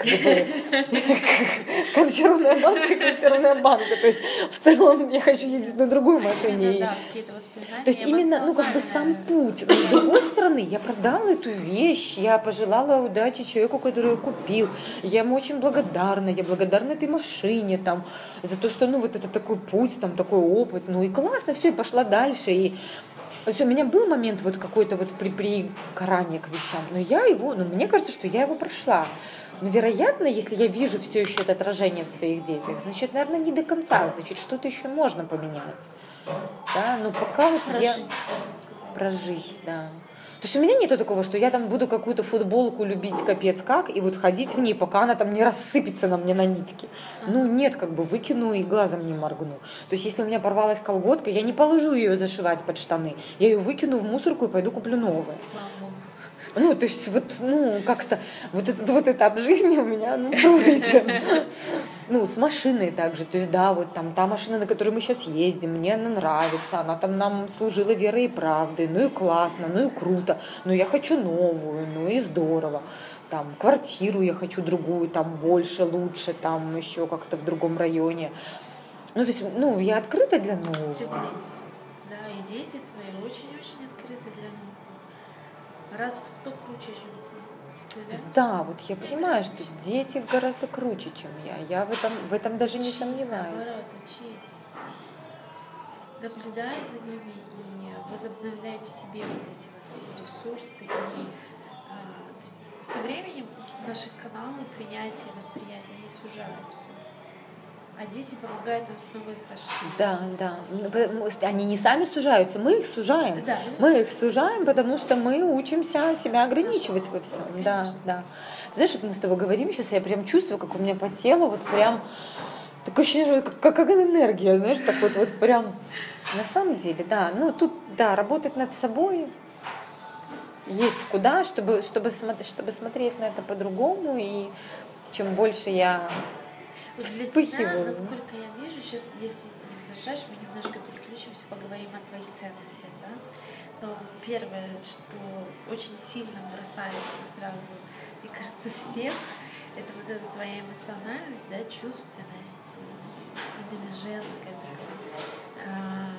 консервная банка, то есть в целом я хочу ездить на другой машине. Да, какие-то воспоминания. То есть именно, сам путь. С другой стороны, я продала какую-то вещь, я пожелала удачи человеку, который ее купил, я ему очень благодарна, я благодарна этой машине, там, за то, что, ну, вот это такой путь, там, такой опыт, ну, и классно, все, и пошла дальше, и все, у меня был момент вот какой-то вот пригорания к вещам, но я его, ну, мне кажется, что я его прошла. Но, вероятно, если я вижу все еще это отражение в своих детях, значит, наверное, не до конца, значит, что-то еще можно поменять. Да, но пока вот я... Прожить, да. То есть у меня нету такого, что я там буду какую-то футболку любить капец как, и вот ходить в ней, пока она там не рассыпется на мне на нитки. Ну нет, как бы выкину и глазом не моргну. То есть если у меня порвалась колготка, я не положу ее зашивать под штаны. Я ее выкину в мусорку и пойду куплю новую. Ну, то есть вот, ну, как-то вот этот этап жизни у меня, ну, пройден. Ну, с машиной также. То есть, да, вот там та машина, на которой мы сейчас ездим, мне она нравится, она там нам служила верой и правдой, ну и классно, ну и круто, ну я хочу новую, ну и здорово. Там квартиру я хочу другую, там больше, лучше, там еще как-то в другом районе. Ну, то есть, ну, я открыта для нового. Да, и дети твои очень-очень открыты для нового. Раз в 100 круче, чем ты. Да, вот я понимаю, что дети гораздо круче, чем я. Я в этом даже не сомневаюсь. Наоборот, учись. Наблюдай за ними и возобновляй в себе вот эти вот все ресурсы. И, то есть со временем наши каналы принятия, восприятия, они сужаются. А дети помогают нам снова их расширить. Да, да. Они не сами сужаются, мы их сужаем. Да, мы их сужаем, потому что мы учимся себя ограничивать во всем. Конечно. Да, да. Знаешь, вот мы с тобой говорим сейчас, я прям чувствую, как у меня по телу вот прям такое ощущение, как энергия, знаешь, так вот прям. На самом деле, да. Ну, тут, да, работать над собой есть куда, чтобы смотреть на это по-другому. И чем больше я вот для вспыхиваю. тебя, насколько я вижу, сейчас, если ты не возражаешь, мы немножко переключимся, поговорим о твоих ценностях, да? Но первое, что очень сильно бросается сразу, мне кажется, всем, это вот эта твоя эмоциональность, да, чувственность, именно женская такая.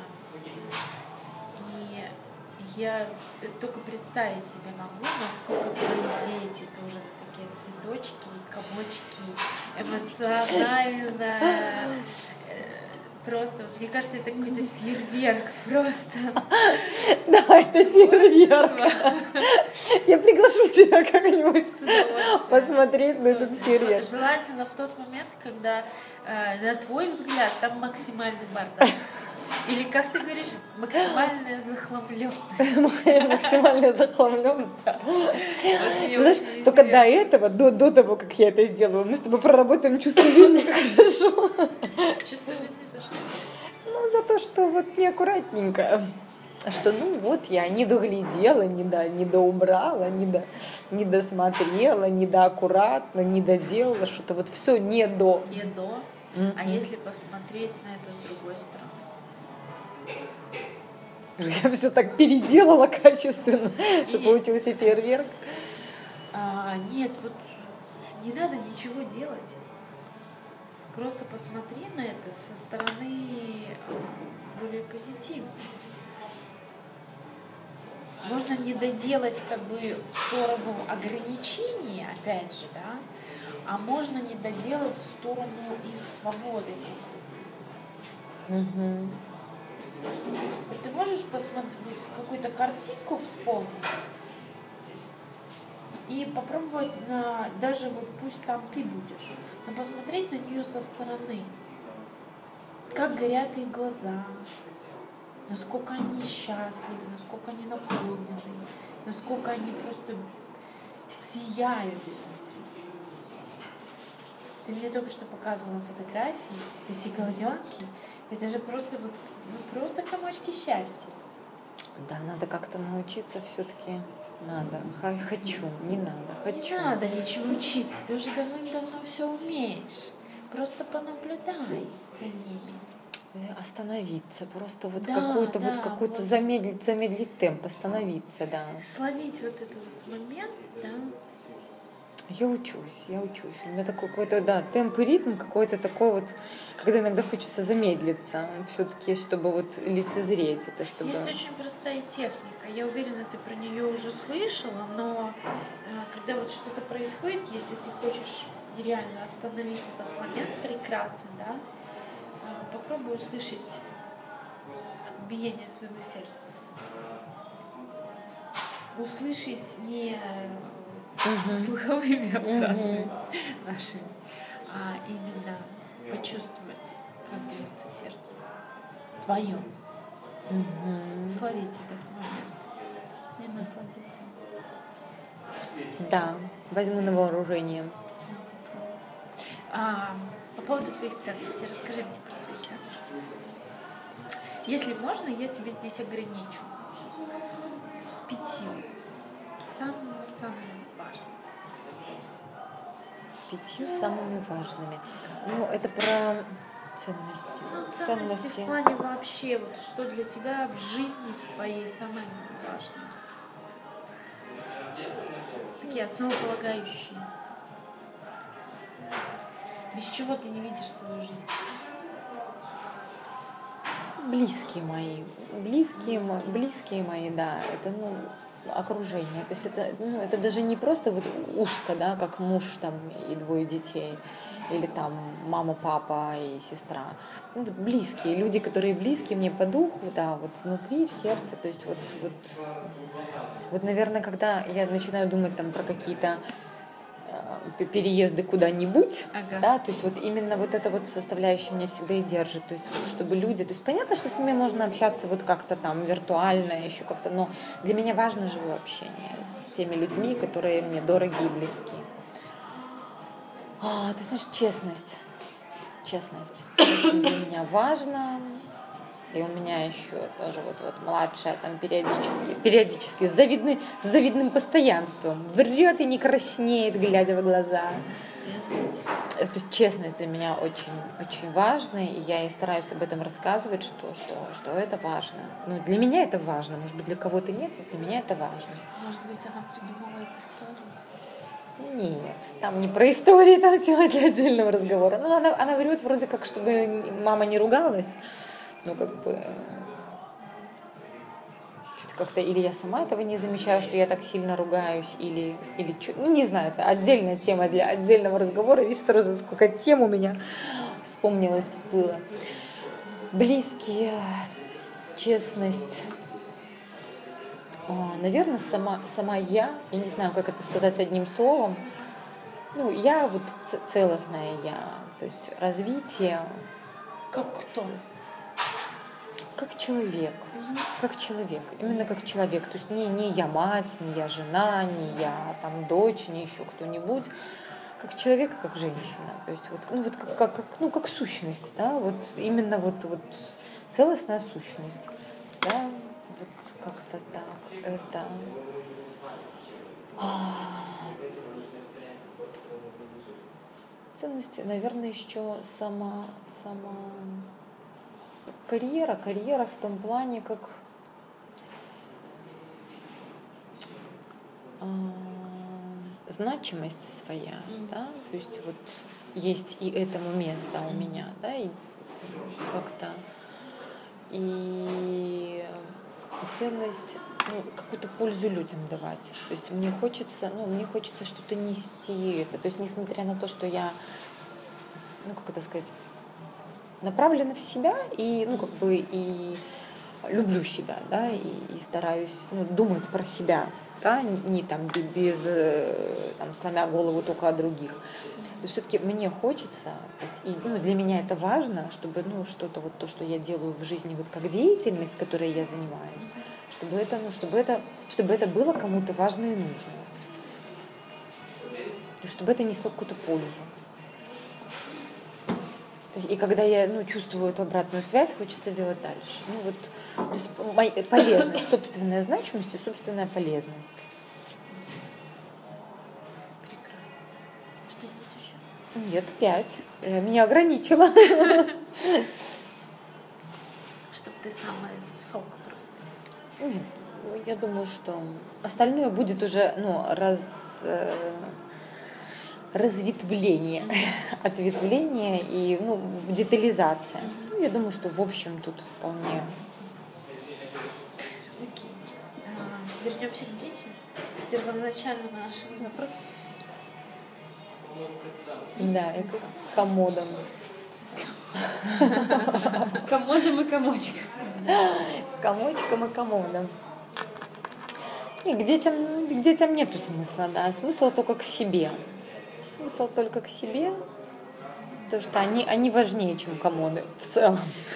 И я только представить себе могу, насколько твои дети тоже вот такие цветочки, комочки, эмоционально. Просто, вот, мне кажется, это какой-то фейерверк просто. Да, это фейерверк. Я приглашу тебя как-нибудь посмотреть на этот фейерверк. Желательно в тот момент, когда, на твой взгляд, там максимальный бардак. Или, как ты говоришь, максимальная захламленность. Максимальная захламленность. Ты знаешь, только до этого, до того, как я это сделаю, мы с тобой проработаем чувство вины хорошо. Чувство вины за что? Ну, за то, что вот неаккуратненько. Что, ну вот, я не доглядела, не доубрала, не досмотрела, не доаккуратно, не доделала, что-то вот все не до. Не до. А если посмотреть на это с другой стороны? Я все так переделала качественно, что получился фейерверк. Нет, вот не надо ничего делать. Просто посмотри на это со стороны более позитивной. Можно не доделать как бы в сторону ограничений, опять же, да, а можно не доделать в сторону их свободы. Угу. Ты можешь посмотреть какую-то картинку вспомнить и попробовать даже вот пусть там ты будешь, но посмотреть на нее со стороны, как горят их глаза, насколько они счастливы, насколько они наполнены, насколько они просто сияют изнутри. Ты мне только что показывала фотографии, эти глазенки. Это же просто вот, ну, просто комочки счастья. Да, надо как-то научиться все-таки. Надо. Хочу, не надо, хочу. Не надо ничего учиться, ты уже давным-давно все умеешь. Просто понаблюдай за ними. Остановиться, просто вот Да, какой-то да, вот какой-то вот. замедлить темп, остановиться, да. Словить вот этот вот момент, да. Я учусь. У меня такой какой-то, да, темп и ритм какой-то такой вот, когда иногда хочется замедлиться, все-таки, чтобы вот лицезреть это, чтобы... Есть очень простая техника. Я уверена, ты про нее уже слышала, но когда вот что-то происходит, если ты хочешь реально остановить этот момент прекрасный, да, попробуй услышать биение своего сердца. Услышать не слуховыми аппаратами нашими, а именно почувствовать, как бьется сердце твое. Словить этот момент и насладиться. Да, возьму на вооружение. По поводу твоих ценностей, расскажи мне про свои ценности. Если можно, я тебя здесь ограничу 5. Самым важным. 5 самыми важными. Ну, это про ценности. Ну, ценности в плане вообще, вот что для тебя в жизни, в твоей самое важное. Такие основополагающие. Без чего ты не видишь свою жизнь? Близкие мои, да, это, ну, окружение. То есть это даже не просто вот узко, да, как муж там и 2 детей, или там мама, папа и сестра. Ну, вот близкие, люди, которые близкие мне по духу, да, вот внутри, в сердце. То есть вот, наверное, когда я начинаю думать там про какие-то переезды куда-нибудь, да, то есть вот именно вот эта вот составляющая меня всегда и держит, то есть вот, чтобы люди, то есть понятно, что с ними можно общаться вот как-то там виртуально, еще как-то, но для меня важно живое общение с теми людьми, которые мне дороги и близки. Ты знаешь, честность очень для меня важна. И у меня еще тоже вот младшая там периодически с завидным постоянством врет и не краснеет, глядя в глаза. То есть честность для меня очень, очень важна, и я ей стараюсь об этом рассказывать, что это важно. Ну, для меня это важно, может быть, для кого-то нет, но для меня это важно. Может быть, она придумывает историю? Нет, там не про истории, там тема для отдельного разговора. Ну, она врет вроде как, чтобы мама не ругалась. Ну, как бы, что-то как-то или я сама этого не замечаю, что я так сильно ругаюсь, или ну, не знаю, это отдельная тема для отдельного разговора. Видишь, сразу сколько тем у меня вспомнилось, всплыло. Близкие, честность. Наверное, сама я не знаю, как это сказать одним словом, ну, я вот целостная я, то есть развитие. Как кто? Как человек, именно как человек, то есть не я мать, не я жена, не я там дочь, не еще кто-нибудь, как человек, как женщина, то есть вот, ну вот как сущность, да, вот именно вот целостная сущность, да, вот как-то так, это. Ценности, наверное, еще сама карьера в том плане, как значимость своя, да, то есть вот есть и этому место у меня, да, и как-то и ценность, ну, какую-то пользу людям давать. То есть мне хочется что-то нести это. То есть несмотря на то, что я, ну, как это сказать, направлена в себя и, ну, как бы и люблю себя, да, и стараюсь, ну, думать про себя, да, не там без там, сломя голову только о других. То есть все-таки мне хочется, и, ну, для меня это важно, чтобы, ну, что-то вот то, что я делаю в жизни, вот как деятельность, которой я занимаюсь, чтобы это было кому-то важно и нужно. Чтобы это несло какую-то пользу. И когда я, ну, чувствую эту обратную связь, хочется делать дальше. Ну, вот, то есть полезность, собственная значимость и собственная полезность. Прекрасно. Что-нибудь еще? Нет, 5. Меня ограничила. Чтобы ты самая сок просто. Нет, я думаю, что остальное будет уже, ну, разветвление, ответвление и детализация. Ну, я думаю, что в общем тут вполне. Окей. Вернемся к детям. Первоначальному нашему запросу. Да, и к комодам. Комодом и комочком. Комочкам и комодам. И к детям нету смысла, да. Смысл только к себе. Смысл только к себе, потому что они важнее, чем комоды в целом.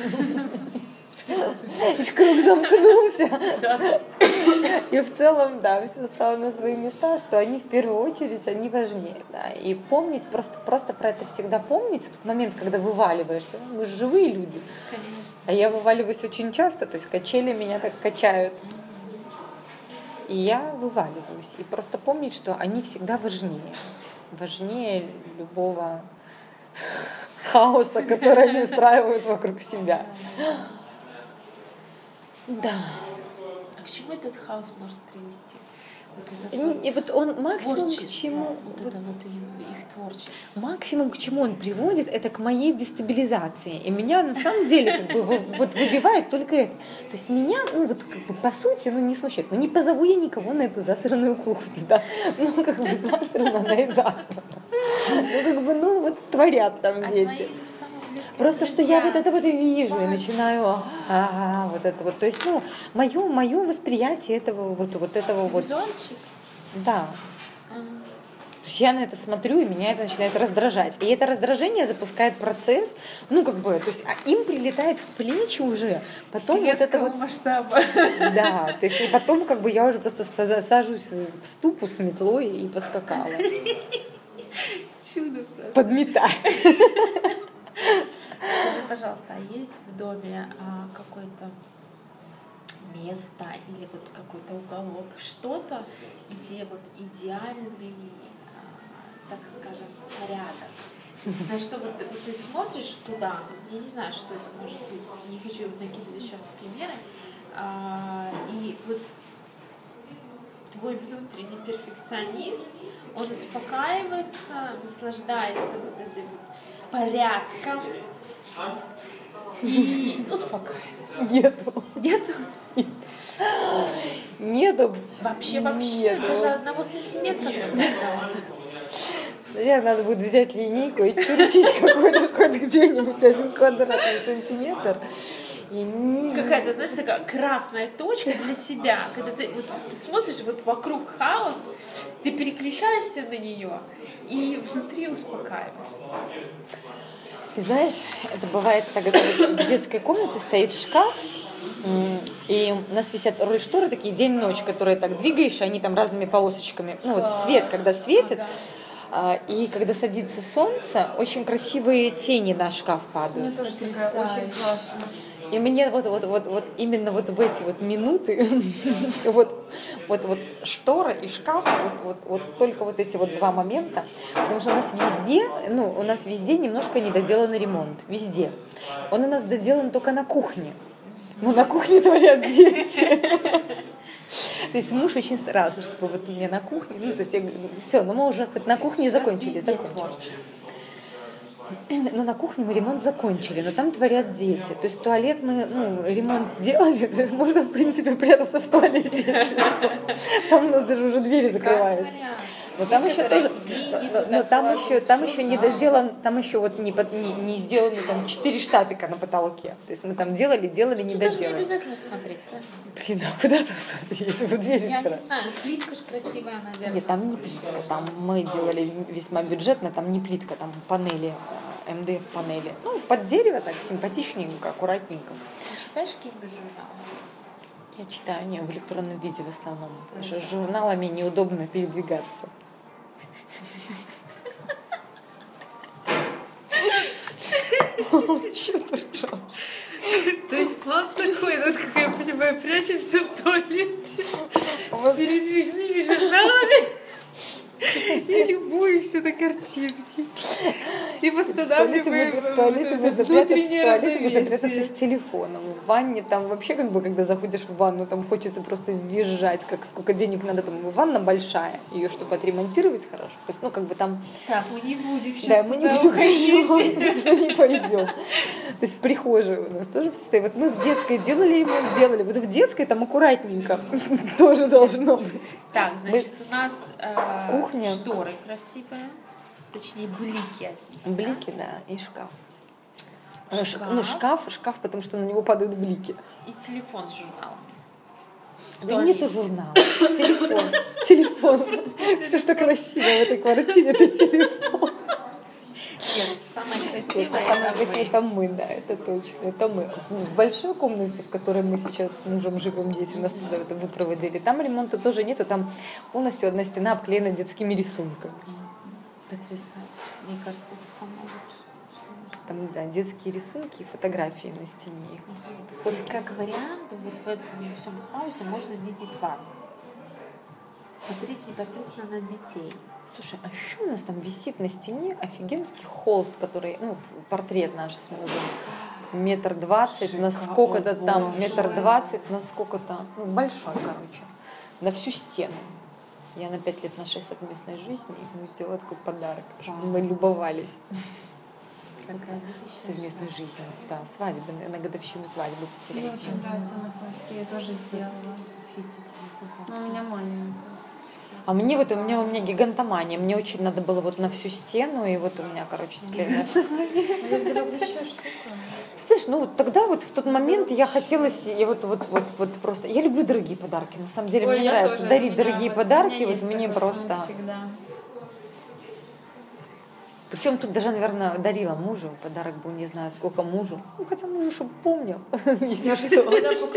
Круг замкнулся. И в целом, да, все стало на свои места, что они в первую очередь, они важнее. Да. И помнить, просто про это всегда помнить, в тот момент, когда вываливаешься. Мы же живые люди. Конечно. А я вываливаюсь очень часто, то есть качели меня так качают. И я вываливаюсь. И просто помнить, что они всегда важнее. Важнее любого хаоса, который они устраивают вокруг себя. Да. А к чему этот хаос может привести? И вот он максимум к чему... Вот это вот их творчество. Максимум к чему он приводит, это к моей дестабилизации. И меня на самом деле как бы выбивает только это. То есть меня, по сути, не смущает. Не позову я никого на эту засранную кухню, да. Засрана она и засрана. Творят там дети. Просто что я вот это вот и вижу, и начинаю вот это вот. То есть, мое восприятие этого вот этого вот. Визуальщик? Да. То есть я на это смотрю, и меня это начинает раздражать. И это раздражение запускает процесс, то есть им прилетает в плечи уже. Потом вселенского масштаба. Да, то есть и потом я уже просто сажусь в ступу с метлой и поскакала. Чудо просто. Подметать. Скажи, пожалуйста, а есть в доме какое-то место или вот какой-то уголок, что-то, где вот идеальный, так скажем, порядок? На что вот ты смотришь туда, я не знаю, что это может быть, не хочу накидывать сейчас примеры, и вот твой внутренний перфекционист, он успокаивается, наслаждается вот этим порядком и успокаивается. Нету? Нету. Вообще, даже 1 сантиметра нет. Наверное, надо будет взять линейку и чертить какой-то хоть где-нибудь 1 квадратный сантиметр. Какая-то, знаешь, такая красная точка для тебя, когда ты смотришь вокруг хаос, ты переключаешься на нее и внутри успокаиваешься. Ты знаешь, это бывает, когда в детской комнате стоит шкаф, и у нас висят роль-шторы такие день-ночь, которые так двигаешь, и они там разными полосочками. Свет, когда светит, и когда садится солнце, очень красивые тени на шкаф падают. Это тоже очень классно. И мне именно в эти минуты вот штора и шкаф, только эти 2 момента, потому что у нас везде немножко недоделанный ремонт, везде. Он у нас доделан только на кухне, но на кухне творят дети. То есть муж очень старался, чтобы у меня на кухне, то есть я говорю, все, мы уже хоть на кухне закончили. Но на кухне мы ремонт закончили, но там творят дети. То есть туалет мы ремонт сделали, то есть можно, в принципе, прятаться в туалете. Там у нас даже уже двери закрываются. Но там еще тоже, там еще не доделан, там еще не сделаны 4 штапика на потолке. То есть мы там делали, не доделали. Даже не обязательно смотреть, правильно? Блин, а куда там смотреть, если вы двери Я не знаю, плитка же красивая, наверное. Нет, там не плитка, там мы делали весьма бюджетно, там не плитка, там панели, МДФ панели. Под дерево так симпатичненько, аккуратненько. Ты читаешь какие-нибудь журналы? Я читаю, в электронном виде в основном, потому что с журналами неудобно передвигаться. Что ты ржёшь? То есть план такой, насколько я понимаю, прячемся в туалете с передвижными журналами и любуемся на картинки. И В туалете можно прятаться с телефоном. В ванне там вообще как бы, когда заходишь в ванну, там хочется просто визжать, как сколько денег надо, там ванна большая, ее чтобы отремонтировать хорошо. То есть, ну как бы там... Так, мы не будем сейчас Да, мы не будем ходить, не пойдем. То есть прихожая у нас тоже в состоянии. Вот мы в детской делали ремонт, делали. Вот в детской там аккуратненько тоже должно быть. Так, значит, у нас Кухня. шторы красивые, точнее блики. Блики, да, и шкаф. Шкаф. Ну, шкаф, потому что на него падают блики. И телефон с журналами. Да нету журнала. Телефон. Все, что красиво в этой квартире, это телефон. Нет, самое красивое Это мы, да, это точно. Это мы. В большой комнате, в которой мы сейчас с мужем живем, дети нас туда это выпроводили, там ремонта тоже нету, там полностью одна стена обклеена детскими рисунками. Потрясающе. Мне кажется, это самое лучшее. Там, да, детские рисунки и фотографии на стене. То есть, как вариант, вот в этом всем хаосе можно видеть вас. Смотреть непосредственно на детей. Слушай, а еще у нас там висит на стене офигенский холст, который, ну, портрет наш с мужем. 1,20 м на сколько-то там, 1,20 м на сколько-то, ну, большой, короче, на всю стену. Я на 5 лет нашей совместной жизни ему сделала такой подарок, чтобы мы любовались совместной жизнью. Да, свадьбы, на годовщину свадьбы потеряли. Мне очень нравится на хвосте, я тоже сделала. Но у меня маленькая. А мне вот, у меня гигантомания, мне очень надо было вот на всю стену, и вот у меня, короче, теперь... Слышь, ну вот тогда вот в тот момент я хотелось, я вот просто, я люблю дорогие подарки, на самом деле. Ой, мне нравится тоже, дарить дорогие подарки, вот мне просто... Причем тут даже, наверное, дарила мужу, подарок был, не знаю, сколько мужу, ну хотя мужу, чтобы помнил, если что.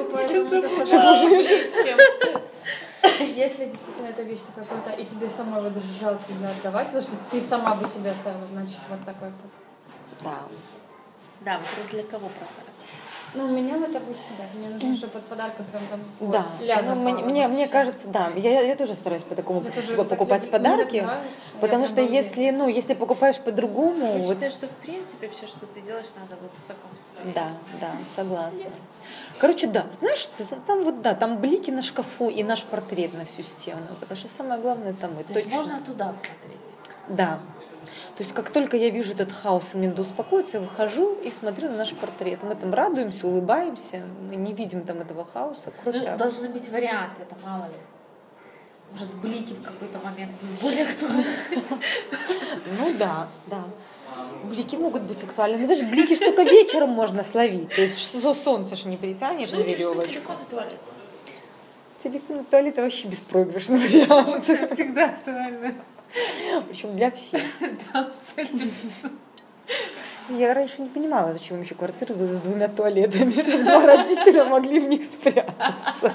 Если действительно эта вещь такая крутая, и тебе самой даже жалко ее отдавать, потому что ты сама бы себе оставила, значит, вот такой вот. Да. Да, вопрос для кого подарок? Ну, у меня вот обычно, да, мне нужно, чтобы от подарка прям там да. лязом. Ну, мне кажется, да, я тоже стараюсь по такому принципу покупать подарки, потому что если покупаешь по-другому... Я считаю, что в принципе все, что ты делаешь, надо вот в таком состоянии. Да, согласна. Короче, да, знаешь, там вот, да, там блики на шкафу и наш портрет на всю стену, потому что самое главное там мы. То есть можно туда смотреть? Да. То есть как только я вижу этот хаос, и мне надо успокоиться, я выхожу и смотрю на наш портрет. Мы там радуемся, улыбаемся, мы не видим там этого хаоса. Ну, должны быть варианты, это мало ли. Может, блики в какой-то момент будут более актуальны. Ну да. Блики могут быть актуальны. Но видишь, блики ж только вечером можно словить. То есть солнце ж не притянешь за веревочку. Телефон и туалет. Телефон и туалет — это вообще беспроигрышный вариант. Всегда актуально. Причем для всех. Да, абсолютно. Я раньше не понимала, зачем еще квартиру с 2 туалетами, чтобы 2 родителя могли в них спрятаться.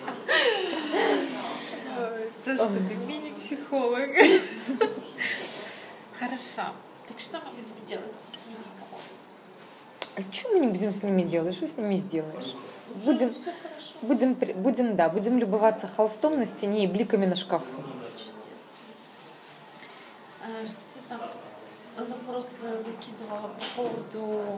Тоже такой мини-психолог. Хорошо. Так что мы будем делать с детьми? А что мы не будем с ними делать? Что с ними сделаешь? Будем любоваться холстом на стене и бликами на шкафу. Что ты там запрос закидывала по поводу...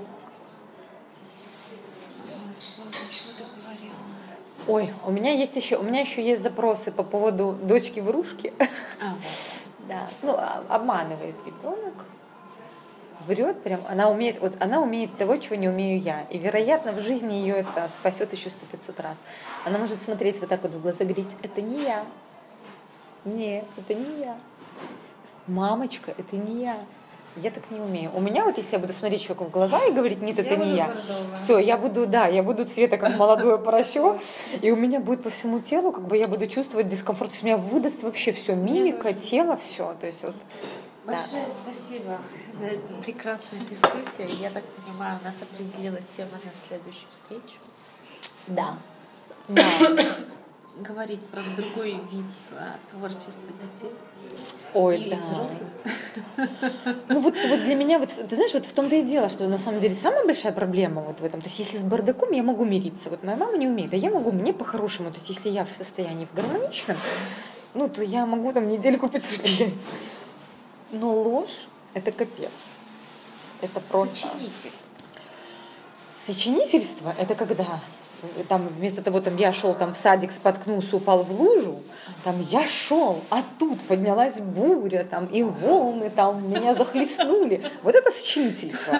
Что ты говорила? Ой, у меня еще есть запросы по поводу дочки-врушки. Да. Ну, обманывает ребенок, врет прям. Она умеет того, чего не умею я. И, вероятно, в жизни ее это спасет еще 100-500 раз. Она может смотреть вот так вот в глаза и говорить: это не я. Нет, это не я. Мамочка, это не я. Я так не умею. У меня вот, если я буду смотреть человеку в глаза и говорить: нет, это не я, все, я буду цвета как молодое поросё, и у меня будет по всему телу, как бы я буду чувствовать дискомфорт, то есть меня выдаст вообще все, мимика, тело, все, то есть вот. Большое спасибо за эту прекрасную дискуссию. Я так понимаю, у нас определилась тема на следующую встречу. Да. Говорить про другой вид творчества детей. Ой, или да. взрослых. Ну вот для меня, вот ты знаешь, вот в том-то и дело, что на самом деле самая большая проблема вот в этом. То есть если с бардаком я могу мириться, вот моя мама не умеет, а я могу, мне по-хорошему, то есть если я в состоянии в гармоничном, ну то я могу там недельку потерпеть. Но ложь — это капец. Это просто... Сочинительство. Сочинительство — это когда там вместо того, там я шел там в садик, споткнулся, упал в лужу, там я шел, а тут поднялась буря, там и волны там меня захлестнули. Вот это сочинительство.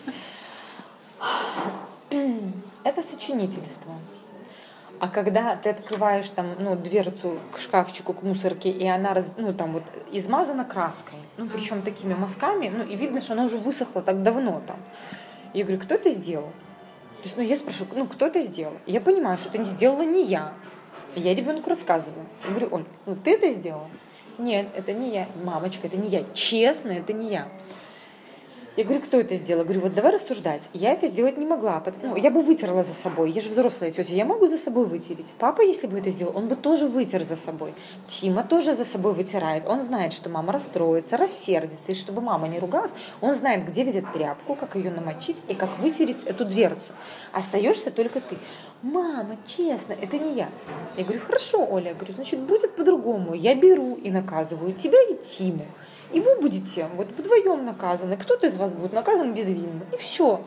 Это сочинительство. А когда ты открываешь там, ну, дверцу к шкафчику, к мусорке, и она ну, там вот измазана краской, ну, причем такими мазками, ну, и видно, что она уже высохла так давно там. Я говорю, кто это сделал? То есть, ну, я спрашиваю, ну, кто это сделал? И я понимаю, что это не сделала не я. И я ребенку рассказываю. Я говорю, Оль, ну, ты это сделала? Нет, это не я. Мамочка, это не я. Честно, это не я. Я говорю, кто это сделал? Я говорю, вот давай рассуждать. Я это сделать не могла. Ну, я бы вытерла за собой. Я же взрослая тетя, я могу за собой вытереть. Папа, если бы это сделал, он бы тоже вытер за собой. Тима тоже за собой вытирает. Он знает, что мама расстроится, рассердится. И чтобы мама не ругалась, он знает, где взять тряпку, как ее намочить и как вытереть эту дверцу. Остаешься только ты. Мама, честно, это не я. Я говорю, хорошо, Оля. Я говорю, значит, будет по-другому. Я беру и наказываю тебя и Тиму. И вы будете вот вдвоем наказаны. Кто-то из вас будет наказан безвинно. И все.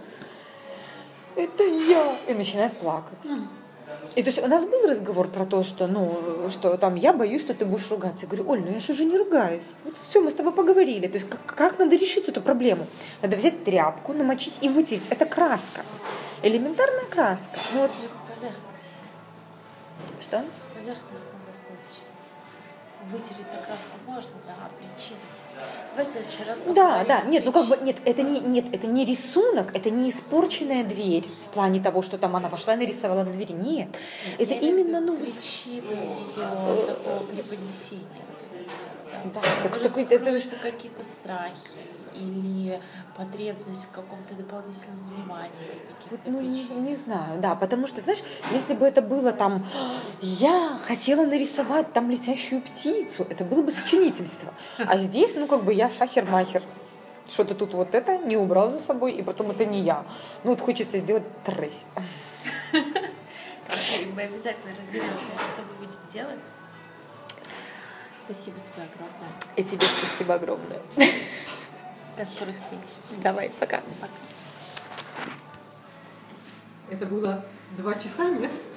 Это я. И начинает плакать. И то есть у нас был разговор про то, что, ну, что там я боюсь, что ты будешь ругаться. Я говорю, Оль, ну я же уже не ругаюсь. Вот все, мы с тобой поговорили. То есть как надо решить эту проблему? Надо взять тряпку, намочить и вытереть. Это краска. Элементарная краска. Ну, вот. Это же поверхностно. Что? Поверхностно достаточно. Вытереть на краску можно, да, а причина? Давай в следующий раз Да, поговорим да, о нет, ну как бы, причине. нет, это не рисунок, это не испорченная дверь в плане того, что там она вошла и нарисовала на двери, нет, это Я имею в именно, виду ну, причину ее такого преподнесения. Вот этого всего, да. да, так, Может, так, тут это, кроются какие-то страхи или потребность в каком-то дополнительном внимании для каких-то вот, ну, причин. не знаю, да, потому что, знаешь, если бы это было там, я хотела нарисовать там летящую птицу, это было бы сочинительство, а здесь, ну, как бы я шахер-махер, что-то тут вот это не убрал за собой, и потом это не я. Ну, вот хочется сделать тресь. Мы обязательно разберемся, что мы будем делать. Спасибо тебе огромное. И тебе спасибо огромное. До скорых встреч. Давай, пока. Пока. Это было 2 часа, нет?